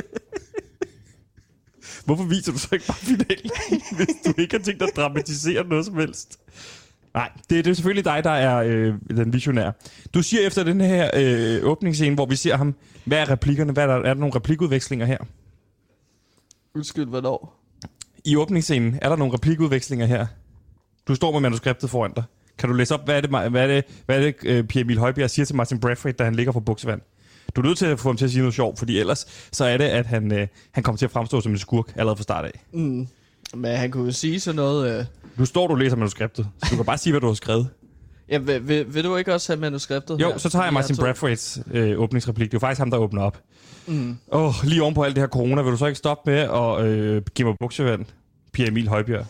Hvorfor viser du så ikke bare finalen, hvis du ikke har tænkt at dramatisere noget som helst? Nej, det, det er selvfølgelig dig, der er øh, den visionær. Du siger efter den her øh, åbningsscene, hvor vi ser ham, hvad er replikkerne? Hvad er, der, er der nogle replikudvekslinger her? Undskyld, hvornår? I åbningsscenen, er der nogle replikudvekslinger her? Du står med manuskriptet foran dig. Kan du læse op, hvad er det, hvad er det, hvad er det uh, Pierre Emil Højbjerg siger til Martin Brathwaite, da han ligger for buksevand? Du er nødt til at få ham til at sige noget sjovt, fordi ellers så er det, at han, uh, han kommer til at fremstå som en skurk allerede fra start af. Mm. Men han kunne jo sige sådan noget... Uh... Nu står du og læser manuskriptet, så du kan bare sige, hvad du har skrevet. Ja, vil, vil, vil du ikke også have manuskriptet Jo, her? så tager jeg Martin Brathwaites øh, åbningsreplik. Det er jo faktisk ham, der åbner op. Åh, mm. oh, lige oven på alt det her corona, vil du så ikke stoppe med at øh, give mig buksevand? Pierre Emil Højbjerg.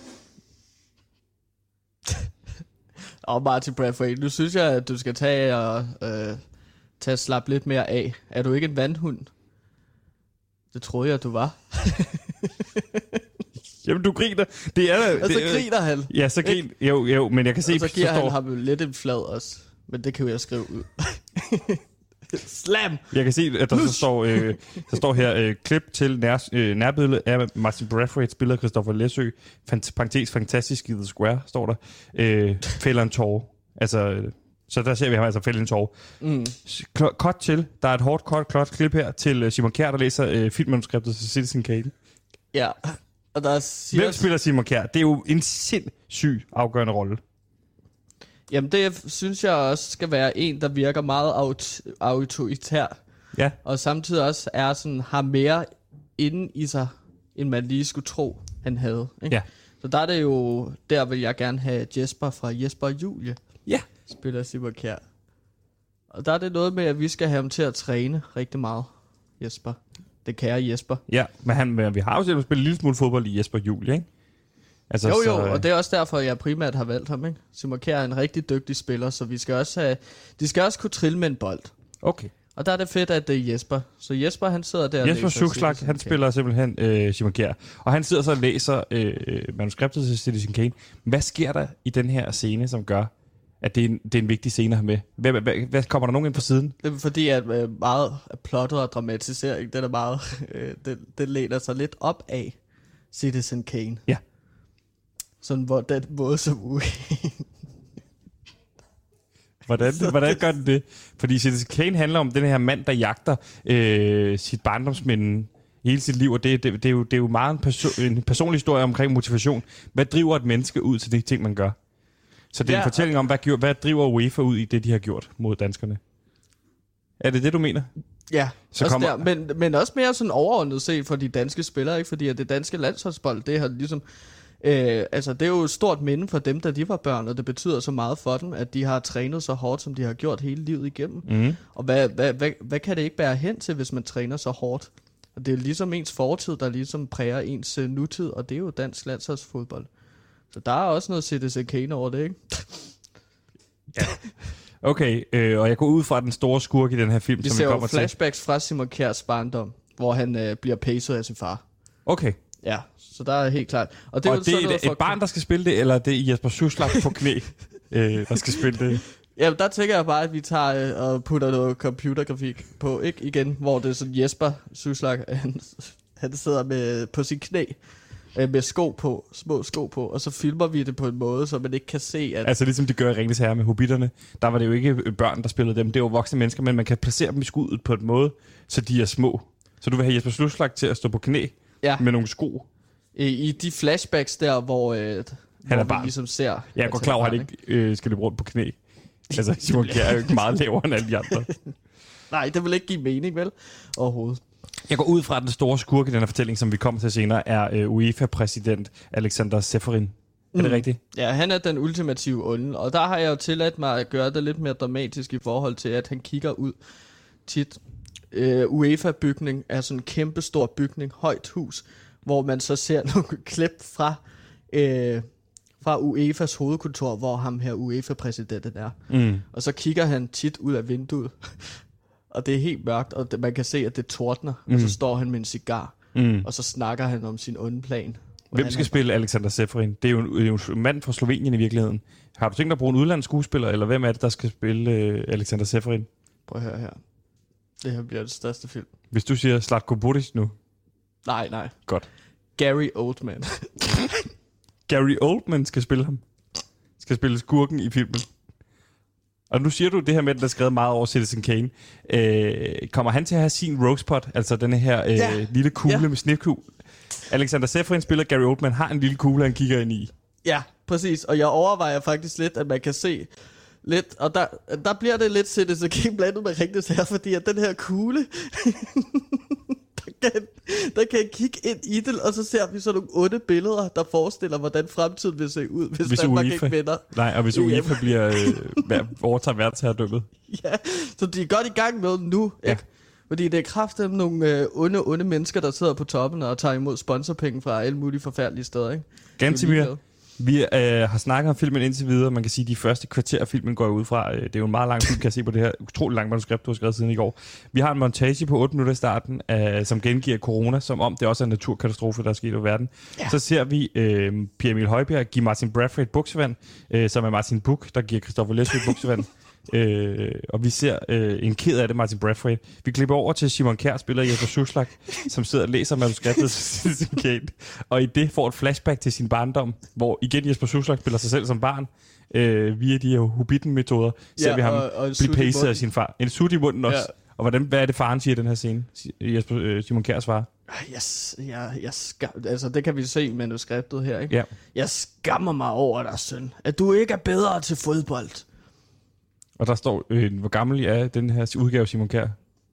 Og Martin Brathwaite, nu synes jeg, at du skal tage og øh, tage og slappe lidt mere af. Er du ikke en vandhund? Det troede jeg, at du var. Jamen, du griner. Det er, og så det, griner han. Ja, så griner jo, jo, men jeg kan se... Og så giver så han står, ham lidt en flad også. Men det kan jeg skrive ud. Slam! Jeg kan se, at der så står, øh, der står her, øh, klip til nær, øh, nærbillede af Martin Brathwaite, spiller Christopher Læsø, fant, parentes, fantastisk i The Square, står der. Øh, fælder en tårer. Altså, øh, så der ser vi ham altså fælde en tårer. Mm. Cut til, der er et hårdt cut, cut klip her til uh, Simon Kjær, der læser øh, filmmanuskriptet til Citizen Kane. Ja, og der siger... Hvem spiller Simon Kjær? Det er jo en sindssyg afgørende rolle. Jamen, det synes jeg også skal være en, der virker meget aut- autoritær. Ja. Og samtidig også er sådan, har mere inde i sig, end man lige skulle tro, han havde. Ikke? Ja. Så der er det jo, der vil jeg gerne have Jesper fra Jesper og Julie. Ja. Spiller Simon Kjær. Og der er det noget med, at vi skal have ham til at træne rigtig meget, Jesper. Det kære Jesper. Ja, men, han, men vi har jo selv spillet en lille smule fodbold i Jesper Julie, ikke? Altså, jo, jo, så, og det er også derfor, jeg primært har valgt ham, ikke? Simon Kjær er en rigtig dygtig spiller, så vi skal også have, de skal også kunne trille med en bold. Okay. Og der er det fedt, at det er Jesper. Så Jesper, han sidder der og Jesper Suchslag, han Kane. Spiller simpelthen øh, Simon Kjær. Og han sidder så og læser øh, manuskriptet til Citizen Kane. Hvad sker der i den her scene, som gør, at det er en, det er en vigtig scene at have med? Hvad, hvad, hvad kommer der nogen ind på siden? Det er fordi, at øh, meget plottet og dramatisering, det er meget, øh, det, det læner sig lidt op af Citizen Kane. Ja. Sådan hvor den måde som uge. Hvordan, hvordan gør den det? Fordi Citizen Kane handler om den her mand, der jagter øh, sit barndomsminde hele sit liv, og det, det, det, er, jo, det er jo meget en, perso- en personlig historie omkring motivation. Hvad driver et menneske ud til de ting, man gør? Så det er ja, en fortælling om, hvad, hvad driver UEFA ud i det, de har gjort mod danskerne. Er det det, du mener? Ja, så også kommer... der, men, men også mere sådan overordnet set for de danske spillere, ikke? Fordi at det danske landsholdsbold, det har ligesom... Øh, altså det er jo et stort minde for dem, da de var børn, og det betyder så meget for dem, at de har trænet så hårdt, som de har gjort hele livet igennem. Mm. Og hvad, hvad, hvad, hvad kan det ikke bære hen til, hvis man træner så hårdt? Og det er ligesom ens fortid, der ligesom præger ens uh, nutid, og det er jo dansk landsholdsfodbold. Så der er også noget Citizen Kane over det, ikke? Ja. Okay, øh, og jeg går ud fra den store skurk i den her film, vi som vi kommer til. Vi ser jo flashbacks fra Simon Kjærs barndom, hvor han øh, bliver pacet af sin far. Okay. Ja, så der er helt klart. Og det er, og jo det sådan er et, et barn, der skal spille det, eller det er Jesper Suchslag på knæ, øh, der skal spille det? Ja, der tænker jeg bare, at vi tager øh, og putter noget computergrafik på, ikke igen, hvor det er sådan Jesper Suchslag, han, han sidder med, på sin knæ, øh, med sko på, små sko på, og så filmer vi det på en måde, så man ikke kan se, at... Altså ligesom de gør i Ringenes Herre med hobitterne, der var det jo ikke børn, der spillede dem, det var voksne mennesker, men man kan placere dem i skuddet på en måde, så de er små. Så du vil have Jesper Suchslag til at stå på knæ ja. med nogle sko. I, i de flashbacks der, hvor, øh, han hvor er vi barn. ligesom ser... Jeg går klar over, at han ikke øh, skal løbe rundt på knæ. Altså, Simon Kjær er jo ikke meget lavere end alle de andre. Nej, det vil ikke give mening, vel? Overhovedet. Jeg går ud fra, at den store skurk i den her fortælling, som vi kommer til senere, er øh, UEFA-præsident Alexander Seferin. Er mm. det rigtigt? Ja, han er den ultimative onde, og der har jeg jo tilladt mig at gøre det lidt mere dramatisk i forhold til, at han kigger ud tit. Øh, UEFA-bygning er sådan en kæmpe stor bygning, højt hus, hvor man så ser nogle klip fra, øh, fra UEFA's hovedkontor, hvor ham her UEFA-præsidenten er. Mm. Og så kigger han tit ud af vinduet, og det er helt mørkt, og man kan se, at det tordner, mm. og så står han med en cigar, mm. og så snakker han om sin onde plan. Hvem skal spille Alexander Seferin? Det er jo en, en mand fra Slovenien i virkeligheden. Har du tænkt dig at bruge en udlandsskuespiller, eller hvem er det, der skal spille uh, Alexander Seferin? Prøv at høre her. Det her bliver det største film. Hvis du siger Zlatko Buric nu. Nej, nej. Godt. Gary Oldman. Gary Oldman skal spille ham. Skal spille skurken i filmen. Og nu siger du det her med, at der er skrevet meget over Citizen Kane. Øh, kommer han til at have sin rosepot, altså denne her øh, ja. lille kugle ja. med snefkugl? Alexander Seferin spiller, Gary Oldman har en lille kugle, han kigger ind i. Ja, præcis. Og jeg overvejer faktisk lidt, at man kan se lidt, og der, der bliver det lidt Citizen Kane blandet med rigtigt her, fordi at den her kugle, der, kan, der kan jeg kigge ind i det, og så ser vi sådan nogle onde billeder, der forestiller, hvordan fremtiden vil se ud, hvis, hvis Danmark UEFA ikke vinder. Nej, og hvis UEFA bliver øh, overtager verdensherredømmet. Ja, så de er godt i gang med nu, ja. Ikke? Fordi det er kraftigt nogle øh, onde, onde mennesker, der sidder på toppen og tager imod sponsorpenge fra alle mulige forfærdelige steder, ikke? Gansimir, vi øh, har snakket om filmen indtil videre. Man kan sige, at de første kvarter af filmen går ud fra. Det er jo en meget lang film, kan jeg se på det her utroligt langt manuskript, du har skrevet siden i går. Vi har en montage på otte minutter i starten, øh, som gengiver corona, som om det også er en naturkatastrofe, der er sket i verden. Ja. Så ser vi øh, Pierre Emil Højbjerg give Martin Bradford et buksevand, øh, som er Martin Buch, der giver Christoffer Læsø et buksevand. Øh, og vi ser øh, en ked af det, Martin Bradford. Vi klipper over til Simon Kjær, spiller Jesper Suslak, som sidder og læser manuskriptet til sin Kane, og i det får et flashback til sin barndom, hvor igen Jesper Suslak spiller sig selv som barn. Øh, via de her Hobbiten-metoder ser ja, vi ham og, og blive pacet af sin far. En sut i munden også. Ja. Og hvordan, hvad er det, faren siger i den her scene? Jesper, øh, Simon Kjærs far. Yes, jeg, jeg skam, altså det kan vi se i manuskriptet her, ikke? Ja. Jeg skammer mig over dig, søn, at du ikke er bedre til fodbold. Og der står, øh, hvor gammel er den her udgave Simon Kjær?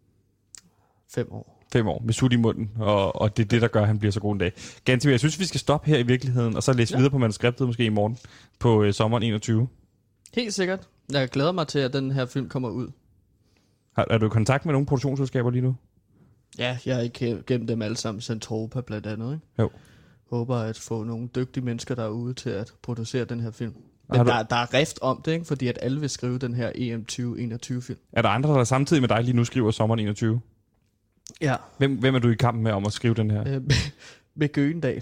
Fem år. Fem år, med sut i munden, og, og det er det, der gør, at han bliver så god en dag. Ganske, jeg synes, vi skal stoppe her i virkeligheden, og så læse ja. videre på manuskriptet måske i morgen, på øh, sommeren enogtyve. Helt sikkert. Jeg glæder mig til, at den her film kommer ud. Har, er du i kontakt med nogle produktionsselskaber lige nu? Ja, jeg er ikke gennem dem alle sammen, Centropa blandt andet, ikke? Jo. Håber at få nogle dygtige mennesker derude til at producere den her film. Men der, der er rift om det, ikke? Fordi at alle vil skrive den her E M tyve enogtyve film. Er der andre, der samtidig med dig lige nu skriver sommeren enogtyve? Ja. Hvem, hvem er du i kampen med om at skrive den her? Øh, Mikke Øgendal.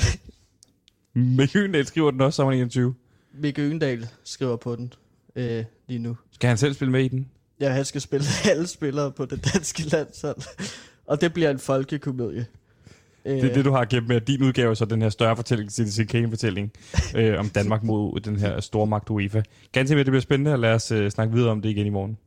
Mikke Øgendal skriver den også sommeren enogtyve? Mikke Øgendal skriver på den øh, lige nu. Skal han selv spille med i den? Ja, han skal spille alle spillere på det danske landshold. Og det bliver en folkekomedie. Det er det, du har gennem med din udgave, så den her større fortælling, Citizen Kane-fortælling øh, om Danmark mod den her store magt UEFA. Ganske med, det bliver spændende, og lad os øh, snakke videre om det igen i morgen.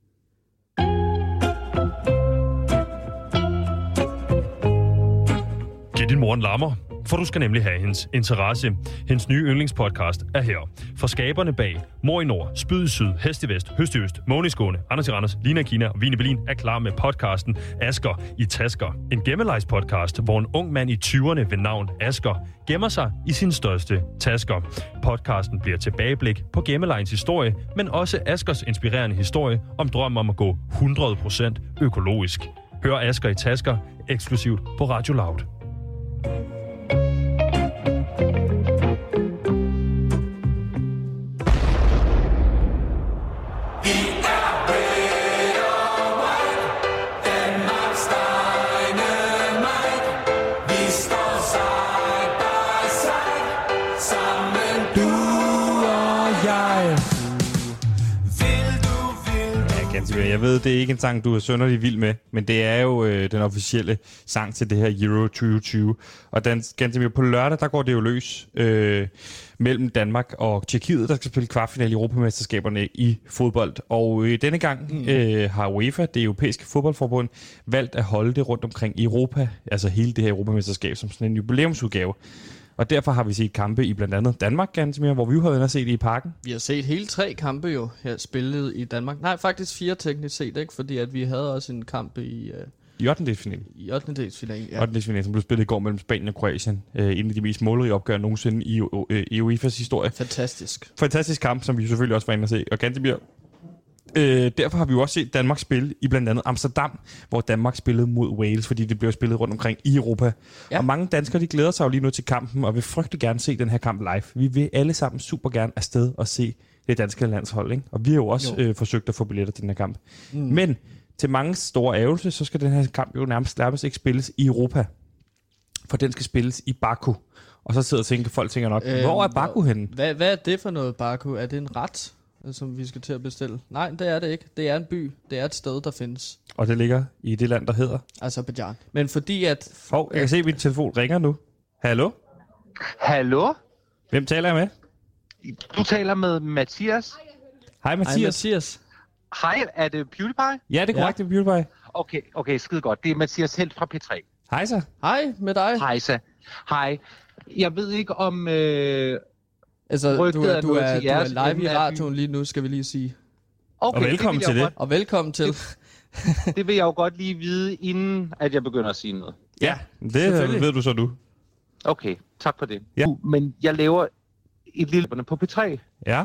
Giv din mor en lammer, for du skal nemlig have hendes interesse. Hendes nye yndlingspodcast er her. For skaberne bag Mor i Nord, Spyd i Syd, Hest i Vest, Høst i Øst, Måne i Skåne, Anders i Randers, Lina i Kina og Vin i Berlin er klar med podcasten Asger i Tasker. En gemmelejspodcast, hvor en ung mand i tyverne ved navn Asger gemmer sig i sin største tasker. Podcasten bliver tilbageblik på gemmelejens historie, men også Asgers inspirerende historie om drømmen om at gå hundrede procent økologisk. Hør Asger i Tasker eksklusivt på Radio Loud. Jeg ved, det er ikke en sang, du er sønderlig vild med, men det er jo øh, den officielle sang til det her Euro tyve tyve. Og den, ganske på lørdag, der går det jo løs øh, mellem Danmark og Tjekkiet, der skal spille kvartfinale i Europamesterskaberne i fodbold. Og øh, denne gang mm. øh, har UEFA, det europæiske fodboldforbund, valgt at holde det rundt omkring i Europa, altså hele det her Europamesterskab, som sådan en jubilæumsudgave. Og derfor har vi set kampe i blandt andet Danmark, Gansimir, hvor vi jo har været set i Parken. Vi har set hele tre kampe jo her spillet i Danmark. Nej, faktisk fire teknisk set, ikke? Fordi at vi havde også en kamp i... Uh, I ottendedelsfinalen. I ottendedelsfinalen, ja. ottendedelsfinalen, som blev spillet i går mellem Spanien og Kroatien. Uh, en af de mest målrige opgør nogensinde i, uh, i UEFA's historie. Fantastisk. Fantastisk kamp, som vi selvfølgelig også var inde at se. Og Gansimir, Øh, derfor har vi jo også set Danmark spille i blandt andet Amsterdam, hvor Danmark spillede mod Wales, fordi det blev spillet rundt omkring i Europa. Ja. Og mange danskere, de glæder sig jo lige nu til kampen, og vil frygtelig gerne se den her kamp live. Vi vil alle sammen super gerne afsted og se det danske landshold, ikke? Og vi har jo også jo. Øh, forsøgt at få billetter til den her kamp. Mm. Men til mange store ærgelse, så skal den her kamp jo nærmest, nærmest ikke spilles i Europa. For den skal spilles i Baku. Og så sidder og tænker, folk tænker nok, øh, hvor er Baku henne? Hvad, hvad er det for noget, Baku? Er det en ret, som vi skal til at bestille? Nej, det er det ikke. Det er en by. Det er et sted, der findes. Og det ligger i det land, der hedder? Aserbajdsjan. Men fordi at... Hov, jeg kan se, at min telefon ringer nu. Hallo? Hallo? Hvem taler jeg med? Du taler med Mathias. Hej Mathias. Hej Mathias. Hej, er det PewDiePie? Ja, det er korrekt, ja. Det er PewDiePie. Okay, okay, skide godt. Det er Mathias Helt fra P tre. Hej så. Hej med dig. Hej så. Hej. Jeg ved ikke om... Øh, altså, du er, du, er, du er live i er radioen lige nu, skal vi lige sige. Okay, og velkommen det til det. Godt. Og velkommen til. Det, det vil jeg jo godt lige vide, inden at jeg begynder at sige noget. Ja, det ved du så nu. Okay, tak for det. Ja. Men jeg laver et lille på P tre. Ja.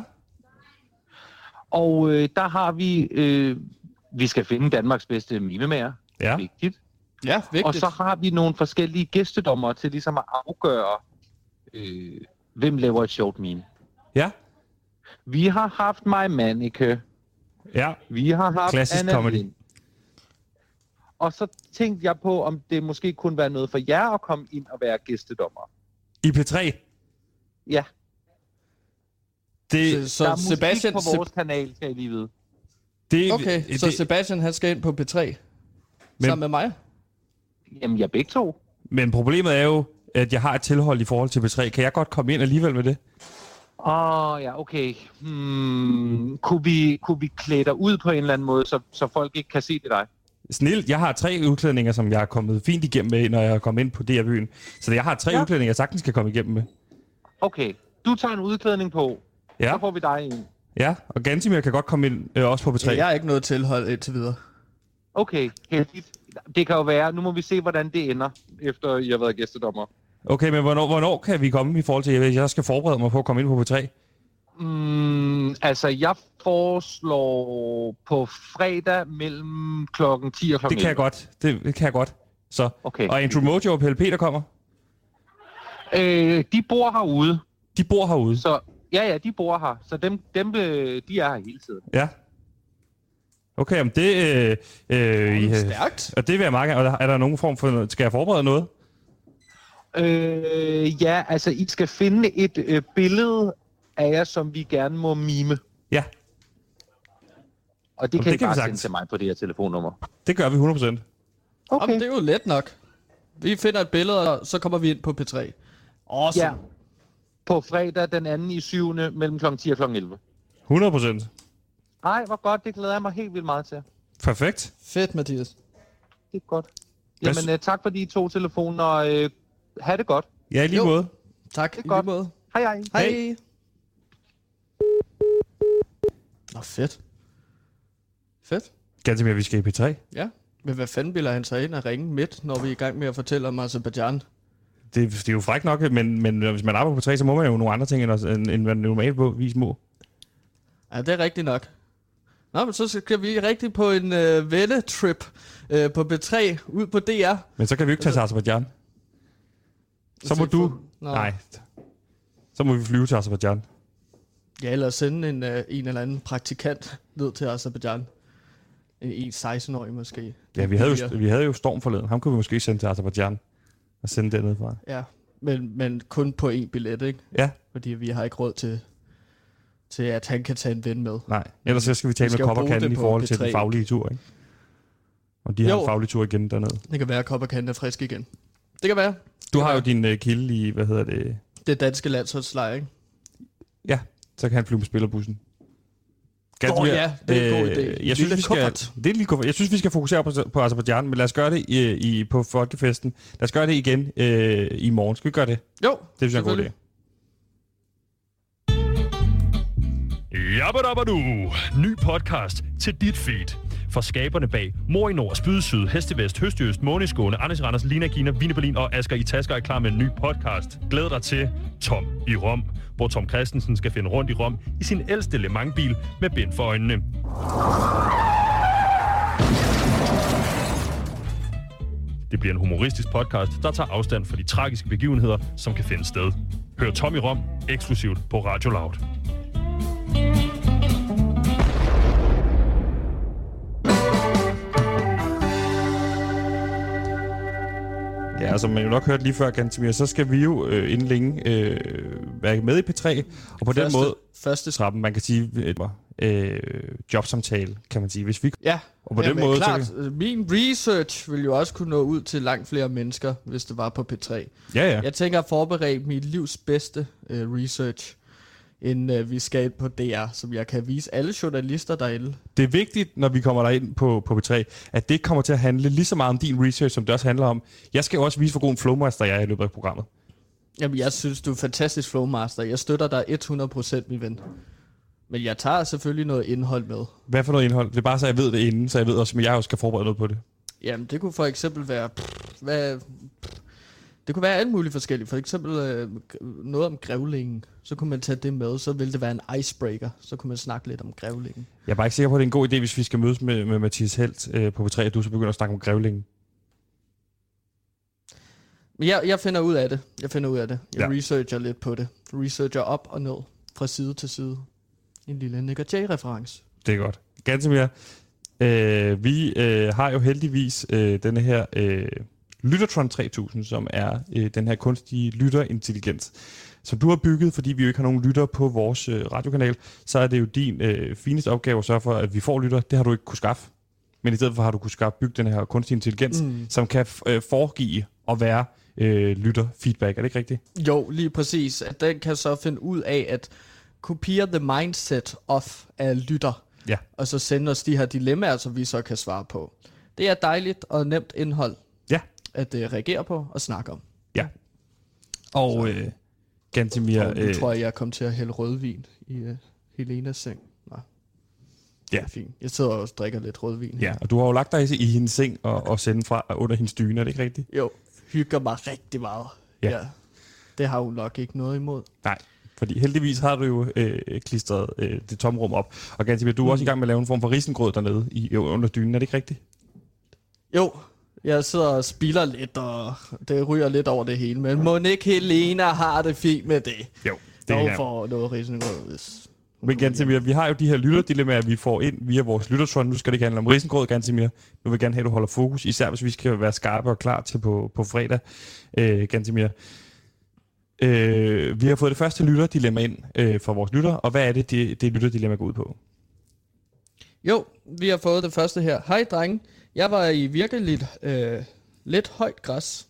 Og øh, der har vi... Øh, vi skal finde Danmarks bedste mimemager. Ja. Vigtigt. Ja, vigtigt. Og så har vi nogle forskellige gæstedommer til ligesom at afgøre, øh, hvem laver et sjovt meme. Ja. Vi har haft Maj Manike. Ja. Vi har haft klassisk Anna comedy. Lind. Og så tænkte jeg på, om det måske kunne være noget for jer at komme ind og være gæstedommer. I P tre? Ja. Det, så, der er så musik Sebastian, på vores kanal, skal I lige vide. Det, okay, det, så Sebastian han skal ind på P tre men, sammen med mig? Jamen, jeg begge to. Men problemet er jo, at jeg har et tilhold i forhold til P tre. Kan jeg godt komme ind alligevel med det? Åh, oh, ja, okay. Hmm, kunne, vi, kunne vi klæde dig ud på en eller anden måde, så, så folk ikke kan se det dig? Snilt, jeg har tre udklædninger, som jeg er kommet fint igennem med, når jeg er kommet ind på D R-byen. Så jeg har tre ja. udklædninger, jeg sagtens kan komme igennem med. Okay, du tager en udklædning på, ja. Så får vi dig ind. Ja, og Gantimir kan godt komme ind øh, også på P tre. Ja, jeg har ikke noget tilhold indtil videre. Okay, heldigt. Det kan jo være, nu må vi se, hvordan det ender, efter I har været gæstedommer. Okay, men hvornår, hvornår kan vi komme i forhold til, at jeg skal forberede mig på at komme ind på P tre? Mm, altså, jeg foreslår på fredag mellem klokken ti og klokken Det kan jeg godt. Det, det kan jeg godt. Så. Okay. Og Andrew Mojo og P L P, der kommer? Øh, de bor herude. De bor herude? Så, ja, ja, de bor her. Så dem, dem de er her hele tiden. Ja. Okay, men det... Øh, øh, øh, stærkt. Og det vil jeg meget gerne. Er der nogen form for... Skal jeg forberede noget? Øh, ja, altså, I skal finde et øh, billede af jer, som vi gerne må mime. Ja. Og det kan I bare sende til mig på det her telefonnummer. Det gør vi hundrede procent. Okay. Jamen, det er jo let nok. Vi finder et billede, og så kommer vi ind på P tre. Awesome. Ja. På fredag den anden i syvende mellem klokken ti og klokken elleve. hundrede procent. Nej, hvor godt. Det glæder jeg mig helt vildt meget til. Perfekt. Fedt, Mathias. Det er godt. Jamen, uh, tak for de to telefoner, og uh, ha' det godt. Ja, i lige jo. måde. Tak, i lige godt. måde. Hej, hej. Hej. Hej. Nå, fedt. Fedt. Ganske mere, vi skal i P tre. Ja. Men hvad fanden bilder han sig ind at ringe midt, når vi er i gang med at fortælle om Aserbajdsjan? Det, det er jo frækt nok, men, men hvis man arbejder på P tre, så må man jo nogle andre ting, end, end, end man normalvis må. Ja, det er rigtigt nok. Nå, men så skal vi rigtig på en øh, vennetrip øh, på P tre ud på D R. Men så kan vi jo ikke tage til Aserbajdsjan. Så må du... Nej. Så må vi flyve til Aserbajdsjan. Ja, eller sende en, øh, en eller anden praktikant ned til Aserbajdsjan. En, en seksten-årig måske. Ja, vi havde, jo, vi havde jo Storm forleden. Ham kunne vi måske sende til Aserbajdsjan og sende dernede fra. Ja, men, men kun på én billet, ikke? Ja. Fordi vi har ikke råd til, til at han kan tage en ven med. Nej, ellers så skal vi tale vi med Kopperkanden i forhold til den faglige tur, ikke? Og de har jo en faglig tur igen dernede. Det kan være, at Kopperkanden er frisk igen. Det kan være. Du har være. jo din uh, kilde i, hvad hedder det? Det danske landsholdslejr, ikke? Ja, så kan han flyve med spillerbussen. Åh oh, ja, det er en god idé. Jeg synes, vi skal, det er lille jeg synes, vi skal fokusere på, på Aserbajdsjan, men lad os gøre det i, i, på folkefesten. Lad os gøre det igen øh, i morgen. Skal vi gøre det? Jo, det synes jeg er en god idé. Jabbadabadu. Ny podcast til dit feed. For skaberne bag Mor i Nord, Spyd Syd, Hestevest, Høstøst, Måneskåne, Anders Randers, Lina Kina, Vine Berlin og Asger i Tasker er klar med en ny podcast. Glæd dig til Tom i Rom, hvor Tom Christensen skal finde rundt i Rom i sin ældste Le Mans-bil med bind for øjnene. Det bliver en humoristisk podcast, der tager afstand fra de tragiske begivenheder, som kan finde sted. Hør Tom i Rom eksklusivt på Radio Loud. Ja, altså man jo nok hørt lige før, Gantemir, så skal vi jo øh, inden længe øh, være med i P tre, og på første, den måde første trappen, man kan sige, øh, jobsamtale, kan man sige, hvis vi... Ja, og på ja, den måde, klart, så... min research vil jo også kunne nå ud til langt flere mennesker, hvis det var på P tre. Ja, ja. Jeg tænker at forberede mit livs bedste øh, research, inden øh, vi skal ind på D R, som jeg kan vise alle journalister derinde. Det er vigtigt, når vi kommer derind på, på P tre, at det kommer til at handle lige så meget om din research, som det også handler om. Jeg skal jo også vise, hvor god en flowmaster jeg er i løbet af programmet. Jamen, jeg synes, du er fantastisk flowmaster. Jeg støtter dig hundrede procent, min ven. Men jeg tager selvfølgelig noget indhold med. Hvad for noget indhold? Det er bare så, jeg ved det inden, så jeg ved også, at jeg også skal forberede noget på det. Jamen, det kunne for eksempel være... Pff, hvad, pff, det kunne være alt muligt forskelligt. For eksempel øh, noget om grævlingen. Så kunne man tage det med. Så ville det være en icebreaker. Så kunne man snakke lidt om grævlingen. Jeg er bare ikke sikker på, at det er en god idé, hvis vi skal mødes med, med Mathias Helt øh, på P tre, at du så begynder at snakke om grævlingen. Men jeg, jeg finder ud af det. Jeg finder ud af det. Jeg ja. researcher lidt på det. Researcher op og ned. Fra side til side. En lille Nick og Jay-reference. Det er godt. Gantemir, øh, vi øh, har jo heldigvis øh, denne her øh, Lyttertron tre tusind, som er øh, den her kunstige lytterintelligens, som du har bygget, fordi vi jo ikke har nogen lytter på vores øh, radiokanal. Så er det jo din øh, fineste opgave at sørge for, at vi får lytter. Det har du ikke kunne skaffe. Men i stedet for har du kunne skaffe bygge den her kunstige intelligens, mm. som kan øh, foregive at være øh, lytter-feedback. Er det ikke rigtigt? Jo, lige præcis. At den kan så finde ud af at kopiere the mindset of af lytter. Ja. Og så sende os de her dilemmaer, som vi så kan svare på. Det er dejligt og nemt indhold ja. at uh, reagere på og snakke om. Ja. Og øh, Gantemir... Og nu øh, tror jeg, jeg kom til at hælde rødvin i uh, Helenas seng. Nej. Ja. Det er fint. Jeg sidder og drikker lidt rødvin. Ja, og du har jo lagt dig i hendes seng og, og sendt fra under hendes dyne, er det ikke rigtigt? Jo, hygger mig rigtig meget. Ja. ja. Det har hun nok ikke noget imod. Nej. Fordi heldigvis har du jo øh, klistret øh, det tomrum op. Og Gantemir, du er mm. også i gang med at lave en form for risengrød dernede i, under dynen, er det ikke rigtigt? Jo, jeg sidder og spiller lidt, og det ryger lidt over det hele. Men må ikke Helena har det fint med det? Jo, det er for noget risengrød, hvis... Men Gantemir, vi har jo de her lytterdilemmaer, vi får ind via vores lyttertron. Nu skal det ikke handle om risengrød, Gantemir. Nu vil jeg gerne have, at du holder fokus, især hvis vi skal være skarpe og klar til på, på fredag, øh, Gantemir. Øh, vi har fået det første lytterdilemma ind øh, fra vores lytter, og hvad er det, det, det lytterdilemma går ud på? Jo, vi har fået det første her. Hej drenge, jeg var i virkelig øh, lidt højt græs.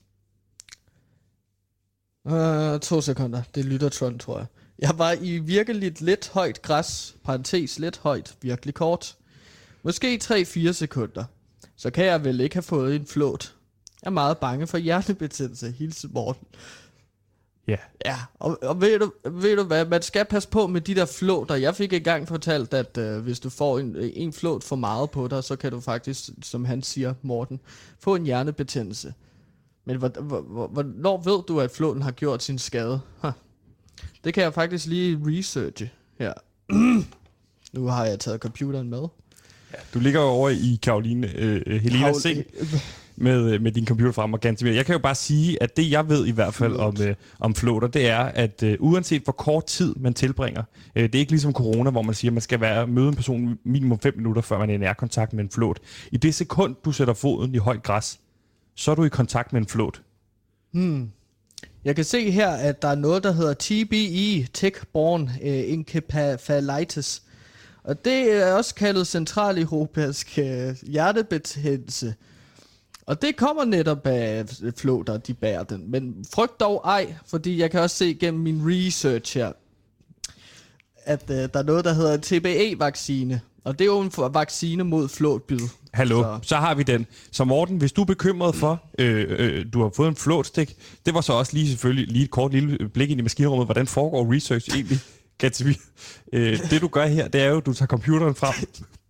Uh, to sekunder, det er lyttertron, tror jeg. Jeg var i virkelig lidt højt græs, parentes lidt højt, virkelig kort. Måske tre fire sekunder. Så kan jeg vel ikke have fået en flåt. Jeg er meget bange for hjernebetændelse, hilsen Morten. Ja. Ja, og, og ved, du, ved du hvad, man skal passe på med de der flåter. Jeg fik engang fortalt, at øh, hvis du får en, en flåt for meget på dig, så kan du faktisk, som han siger, Morten, få en hjernebetændelse. Men hvor, hvor, hvornår ved du, at flåten har gjort sin skade? Huh. Det kan jeg faktisk lige researche her. Nu har jeg taget computeren med. Ja, du ligger jo over i Caroline øh, Helenas seng med, med din computer frem og Gantemir. Jeg kan jo bare sige, at det jeg ved i hvert fald om, øh, om flåter, det er, at øh, uanset hvor kort tid man tilbringer, øh, det er ikke ligesom corona, hvor man siger, at man skal være møde en person minimum fem minutter, før man er i nærkontakt med en flåt. I det sekund, du sætter foden i højt græs, så er du i kontakt med en flåt. Hmm. Jeg kan se her, at der er noget, der hedder T B E, Tick-Borne uh, Encephalitis. Og det er også kaldet centraleuropæisk uh, hjertebetændelse. Og det kommer netop af flåter, de bærer den. Men frygt dog ej, fordi jeg kan også se gennem min research her, at uh, der er noget, der hedder T B E-vaccine. Og det er jo en vaccine mod flåtbid. Hallo, så. så har vi den. Så Morten, hvis du er bekymret for, øh, øh, du har fået en flåtstik, det var så også lige selvfølgelig lige et kort lille blik ind i maskinrummet. Hvordan foregår research egentlig? Øh, det du gør her, det er jo, du tager computeren frem,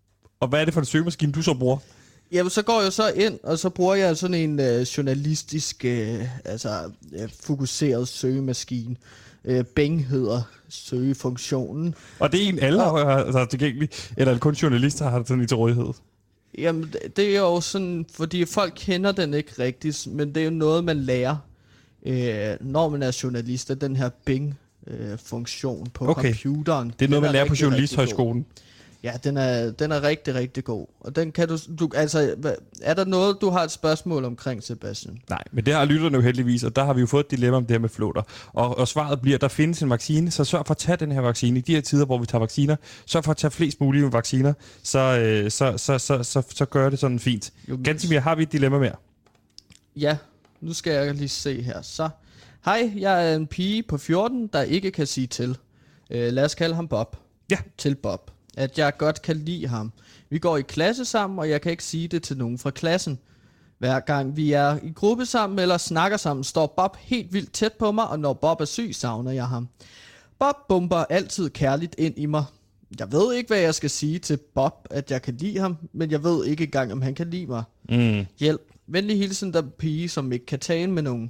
Og hvad er det for en søgemaskine, du så bruger? Jamen, så går jeg så ind, og så bruger jeg sådan en øh, journalistisk, øh, altså øh, fokuseret søgemaskine. Øh, Bing hedder søgefunktionen. Og det er en alle, der har tilgængelig, eller er det kun journalister, der har sådan en til rådighed? Jamen, det er jo sådan, fordi folk kender den ikke rigtigt, men det er jo noget, man lærer, øh, når man er journalist, af den her Bing-funktion øh, på okay. computeren. Det er noget, den man er lærer rigtig, på Journalisthøjskolen. Ja, den er, den er rigtig, rigtig god. Og den kan du, du, altså, er der noget, du har et spørgsmål omkring, Sebastian? Nej, men det har lytterne jo heldigvis, og der har vi jo fået et dilemma om det her med flåter. Og, og svaret bliver, at der findes en vaccine, så sørg for at tage den her vaccine. I de her tider, hvor vi tager vacciner, sørg for at tage flest mulige vacciner, så, øh, så, så, så, så, så gør det sådan fint. Gansimir, har vi et dilemma mere? Ja, nu skal jeg lige se her. Så, hej, jeg er en pige på fjorten, der ikke kan sige til. Øh, lad os kalde ham Bob. Ja. Til Bob. At jeg godt kan lide ham. Vi går i klasse sammen, og jeg kan ikke sige det til nogen fra klassen. Hver gang vi er i gruppe sammen eller snakker sammen, står Bob helt vildt tæt på mig, og når Bob er syg, savner jeg ham. Bob bomber altid kærligt ind i mig. Jeg ved ikke, hvad jeg skal sige til Bob, at jeg kan lide ham, men jeg ved ikke engang, om han kan lide mig. Mm. Hjælp. Venlig hilsen, der pige, som ikke kan tale med nogen.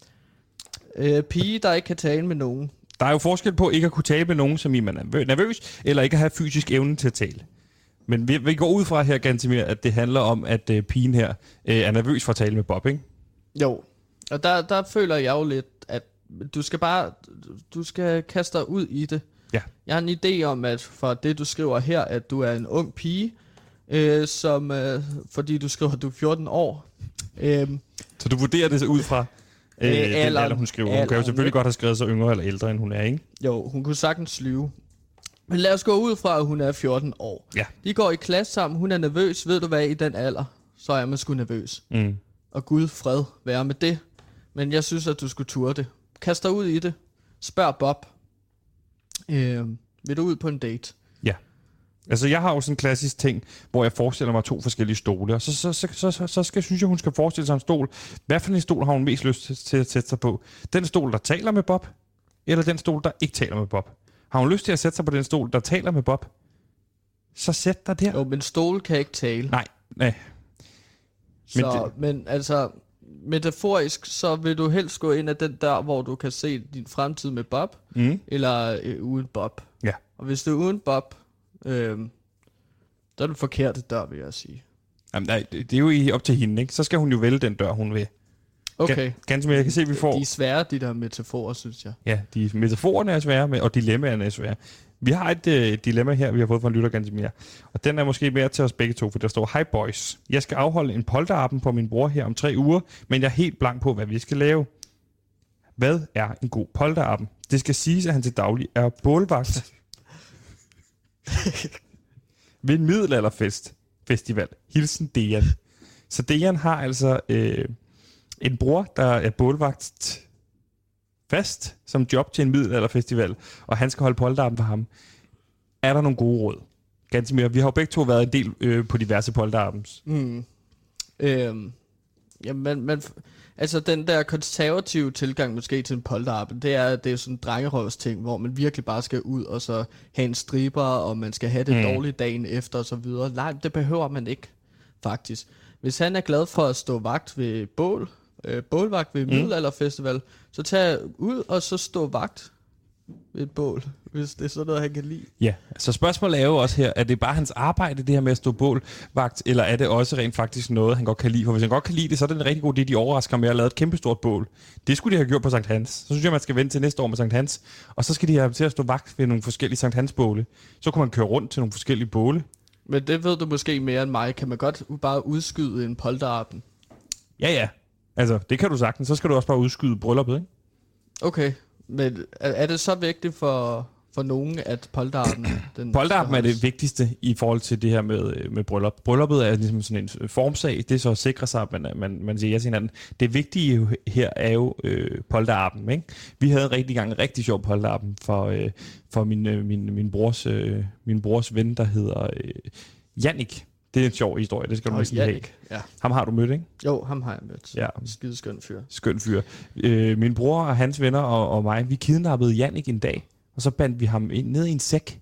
Øh, pige, der ikke kan tale med nogen. Der er jo forskel på ikke at kunne tale med nogen, som I man er nervøs, eller ikke at have fysisk evne til at tale. Men vi, vi går ud fra her, Gansimir, at det handler om, at øh, pigen her øh, er nervøs for at tale med Bob, ikke? Jo, og der, der føler jeg jo lidt, at du skal bare, du skal kaste dig ud i det. Ja. Jeg har en idé om, at for det du skriver her, at du er en ung pige, øh, som, øh, fordi du skriver, at du er fjorten år. Øh, Så du vurderer det ud fra øh, den alderen, alder, hun skriver. Hun alderen, kan jo selvfølgelig godt have skrevet sig yngre eller ældre, end hun er, ikke? Jo, hun kunne sagtens lyve. Men lad os gå ud fra, at hun er fjorten år. Ja. De går i klasse sammen, hun er nervøs. Ved du hvad, i den alder, så er man sgu nervøs. Mm. Og Gud fred være med det. Men jeg synes, at du skulle ture det. Kast dig ud i det. Spørg Bob. Øh, vil du ud på en date? Ja. Altså, jeg har jo sådan en klassisk ting, hvor jeg forestiller mig to forskellige stole, og så, så, så, så, så, så skal, synes jeg, hun skal forestille sig en stol. Hvad for en stol har hun mest lyst til, til at sætte sig på? Den stol, der taler med Bob, eller den stol, der ikke taler med Bob? Har hun lyst til at sætte sig på den stol, der taler med Bob? Så sæt dig der. Jo, men stol kan ikke tale. Nej, nej. Men, så, det... men altså, metaforisk, så vil du helst gå ind af den der, hvor du kan se din fremtid med Bob, mm. eller øh, uden Bob. Ja. Og hvis det er uden Bob, øh, der er den forkerte dør, vil jeg sige. Jamen, nej, det er jo op til hende, ikke? Så skal hun jo vælge den dør, hun vil. Okay. Ganske mere, jeg kan se, at vi får... De er svære, de der metaforer, synes jeg. Ja, de metaforerne er svære, og dilemmaerne er svære. Vi har et uh, dilemma her, vi har fået fra en lytter, ganske mere. Og den er måske mere til os begge to, for der står: Hej boys, jeg skal afholde en polterappen på min bror her om tre uger, men jeg er helt blank på, hvad vi skal lave. Hvad er en god polterappen? Det skal siges, at han til daglig er bålvagt ved en middelalderfest festival. Hilsen Dejan. Så Dejan har altså øh, en bror, der er bålvagt fast som job til en middelalderfestival, og han skal holde polterappen for ham. Er der nogle gode råd? Ganske mere. Vi har jo begge to været en del øh, på diverse polterappens. Mm. Øhm, jamen, man, man, altså den der konservative tilgang måske til en polterappen, det er, det er sådan en drengerøvsting, hvor man virkelig bare skal ud og så have en striber, og man skal have det mm. dårligt dagen efter og så videre. Nej, det behøver man ikke, faktisk. Hvis han er glad for at stå vagt ved bål, øh, bålvagt ved mm. middelalderfestival, så tag ud og så stå vagt ved et bål, hvis det er sådan noget, han kan lide. Ja, så spørgsmålet er jo også her, er det bare hans arbejde, det her med at stå bålvagt, eller er det også rent faktisk noget, han godt kan lide? For hvis han godt kan lide det, så er det en rigtig god idé, de overrasker med at lave et kæmpestort bål. Det skulle de have gjort på Sankt Hans. Så synes jeg, man skal vente til næste år med Sankt Hans, og så skal de have til at stå vagt ved nogle forskellige Sankt Hans båle. Så kunne man køre rundt til nogle forskellige båle. Men det ved du måske mere end mig. Kan man godt bare udskyde en polterappen? Ja, ja. Altså, det kan du sagtens. Så skal du også bare udskyde brylluppet, ikke? Okay. Men er, er det så vigtigt for, for nogen, at polterappen... den polterappen er det vigtigste i forhold til det her med, med bryllup. Brylluppet er ligesom sådan en formsag. Det er så at sikre sig, at man, man, man siger ja til hinanden. Det vigtige her er jo øh, polterappen, ikke? Vi havde en rigtig gang en rigtig sjov polterappen for, øh, for min, øh, min, min, brors, øh, min brors ven, der hedder øh, Jannik. Det er en sjov historie, det skal du måske have. Ja. Ham har du mødt, ikke? Jo, ham har jeg mødt. Ja. Skide skøn fyr. Skøn fyr. Øh, min bror og hans venner og, og mig, vi kidnappede Jannik en dag, og så bandt vi ham ind, ned i en sæk,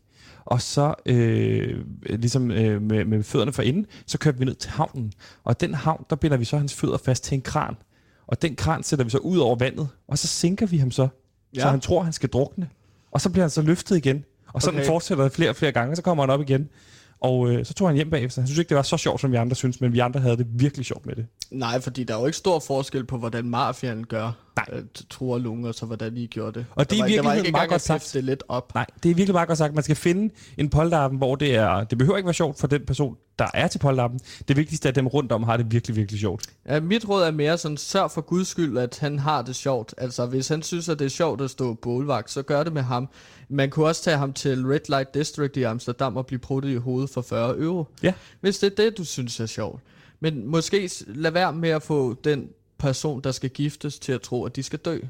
og så øh, ligesom øh, med, med fødderne for inden, så kører vi ned til havnen. Og den havn, der binder vi så hans fødder fast til en kran. Og den kran sætter vi så ud over vandet, og så sænker vi ham så, ja. Så han tror, han skal drukne. Og så bliver han så løftet igen, og så okay. den fortsætter flere og flere gange, og så kommer han op igen. Og øh, så tog han hjem bagefter. Han synes ikke, det var så sjovt, som vi andre synes, men vi andre havde det virkelig sjovt med det. Nej, fordi der er jo ikke stor forskel på, hvordan mafiaen gør. Nej. Tror lunger, så hvordan I gjorde det. Og det er virkelig meget engang godt sagt. Det lidt op. Nej, det er virkelig meget godt sagt. Man skal finde en polterappen, hvor det er... Det behøver ikke være sjovt for den person, der er til polterappen. Det vigtigste er, at dem rundt om har det virkelig, virkelig sjovt. Ja, mit råd er mere sådan, sørg for guds skyld, at han har det sjovt. Altså, hvis han synes, at det er sjovt at stå på bålvagt, så gør det med ham. Man kunne også tage ham til Red Light District i Amsterdam og blive pruttet i hovedet for fyrre euro. Ja. Hvis det er det, du synes er sjovt. Men måske lad være med at få den person, der skal giftes, til at tro, at de skal dø.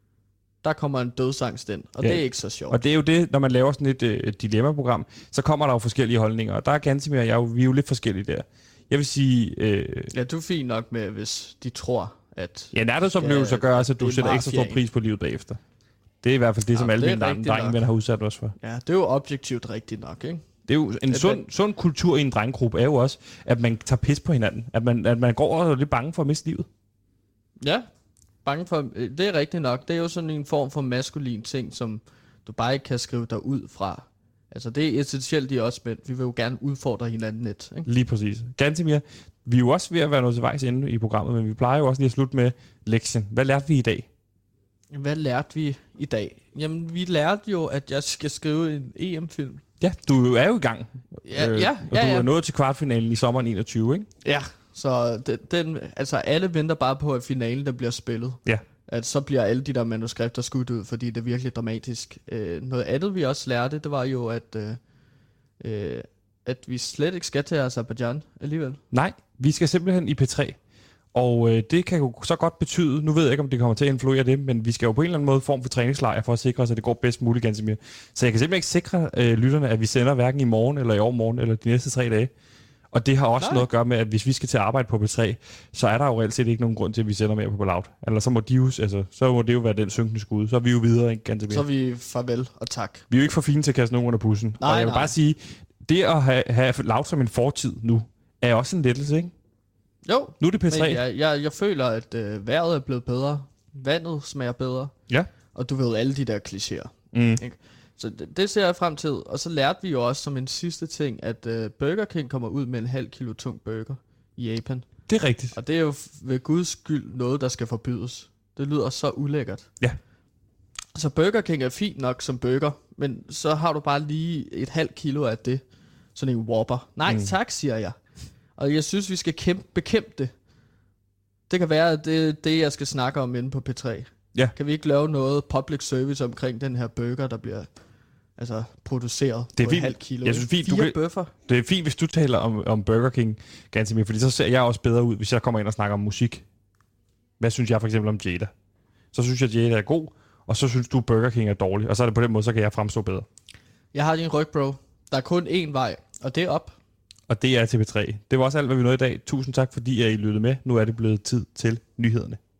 Der kommer en dødsangst ind, og ja. Det er ikke så sjovt. Og det er jo det, når man laver sådan et, et dilemma-program, så kommer der jo forskellige holdninger, og der er ganske mere, jeg er jo, vi er jo lidt forskellige der. Jeg vil sige... Øh, ja, du er fint nok med, hvis de tror, at... Ja, nærhedsoplevelse gør også, at du sætter ekstra stor pris på livet bagefter. Det er i hvert fald det, ja, som alle mine drengemænd har udsat os for. Ja, det er jo objektivt rigtigt nok, ikke? Det er jo en sund, man... sund kultur i en drenggruppe, er jo også, at man tager pis på hinanden. At man, at man går og er lidt bange for at miste livet. Ja, bange for... Det er rigtigt nok. Det er jo sådan en form for maskulin ting, som du bare ikke kan skrive dig ud fra. Altså, det er essentielt i os mænd. Vi vil jo gerne udfordre hinanden lidt, ikke? Lige præcis. Gantemir, vi er jo også ved at være noget til vejs inde i programmet, men vi plejer jo også lige at slutte med lektien. Hvad lærte vi i dag? Hvad lærte vi i dag? Jamen, vi lærte jo, at jeg skal skrive en E M-film. Ja, du er jo i gang. Ja, øh, ja, og ja, du ja. er nået til kvartfinalen i sommeren enogtyve, ikke? Ja, så den, den, altså alle venter bare på, at finalen der bliver spillet. Ja. At så bliver alle de der manuskripter skudt ud, fordi det er virkelig dramatisk. Øh, noget andet, vi også lærte, det var jo, at, øh, øh, at vi slet ikke skal til Azerbaijan alligevel. Nej, vi skal simpelthen i P tre. Og øh, det kan jo så godt betyde, nu ved jeg ikke, om det kommer til at influere det, men vi skal jo på en eller anden måde form for træningslejr for at sikre os, at det går bedst muligt, ganske mere. Så jeg kan simpelthen ikke sikre øh, lytterne, at vi sender hverken i morgen, eller i overmorgen, eller de næste tre dage. Og det har også Nej. noget at gøre med, at hvis vi skal til at arbejde på P tre, så er der jo reelt set ikke nogen grund til, at vi sender mere på Loud. Eller så må, de jo, altså, så må det jo være den synkende skud. Så er vi jo videre, ikke, ganske mere. Så er vi farvel og tak. Vi er jo ikke for fine til at kaste nogen under bussen. Nej, og jeg vil nej. bare sige, det at have, have Loud som en fortid nu, er også en lettelse, ikke? Jo, nu er det P tre. Jeg, jeg, jeg føler, at øh, vejret er blevet bedre. Vandet smager bedre. Ja. Og du ved, alle de der klichéer. Mm. Ikke? Så det, det ser jeg frem til. Og så lærte vi jo også som en sidste ting, at øh, Burger King kommer ud med en halv kilo tung burger i Japan. Det er rigtigt. Og det er jo ved guds skyld noget, der skal forbydes. Det lyder så ulækkert. Ja. Så Burger King er fint nok som burger, men så har du bare lige et halvt kilo af det. Sådan en Whopper. Nej, mm. tak, siger jeg. Og jeg synes, vi skal kæmpe, bekæmpe det. Det kan være, at det er det, jeg skal snakke om inde på P tre. Ja. Kan vi ikke lave noget public service omkring den her burger, der bliver altså, produceret det er på fint. et halvt kilo? Jeg synes, fint, Fire du kan, bøffer. Det er fint, hvis du taler om, om Burger King, ganske mere, fordi så ser jeg også bedre ud, hvis jeg kommer ind og snakker om musik. Hvad synes jeg for eksempel om Jada? Så synes jeg, at Jada er god, og så synes du, Burger King er dårlig. Og så er det på den måde, så kan jeg fremstå bedre. Jeg har din ryg, bro. Der er kun én vej, og det er op. Og det er til P tre. Det var også alt, hvad vi nåede i dag. Tusind tak, fordi I lyttede med. Nu er det blevet tid til nyhederne.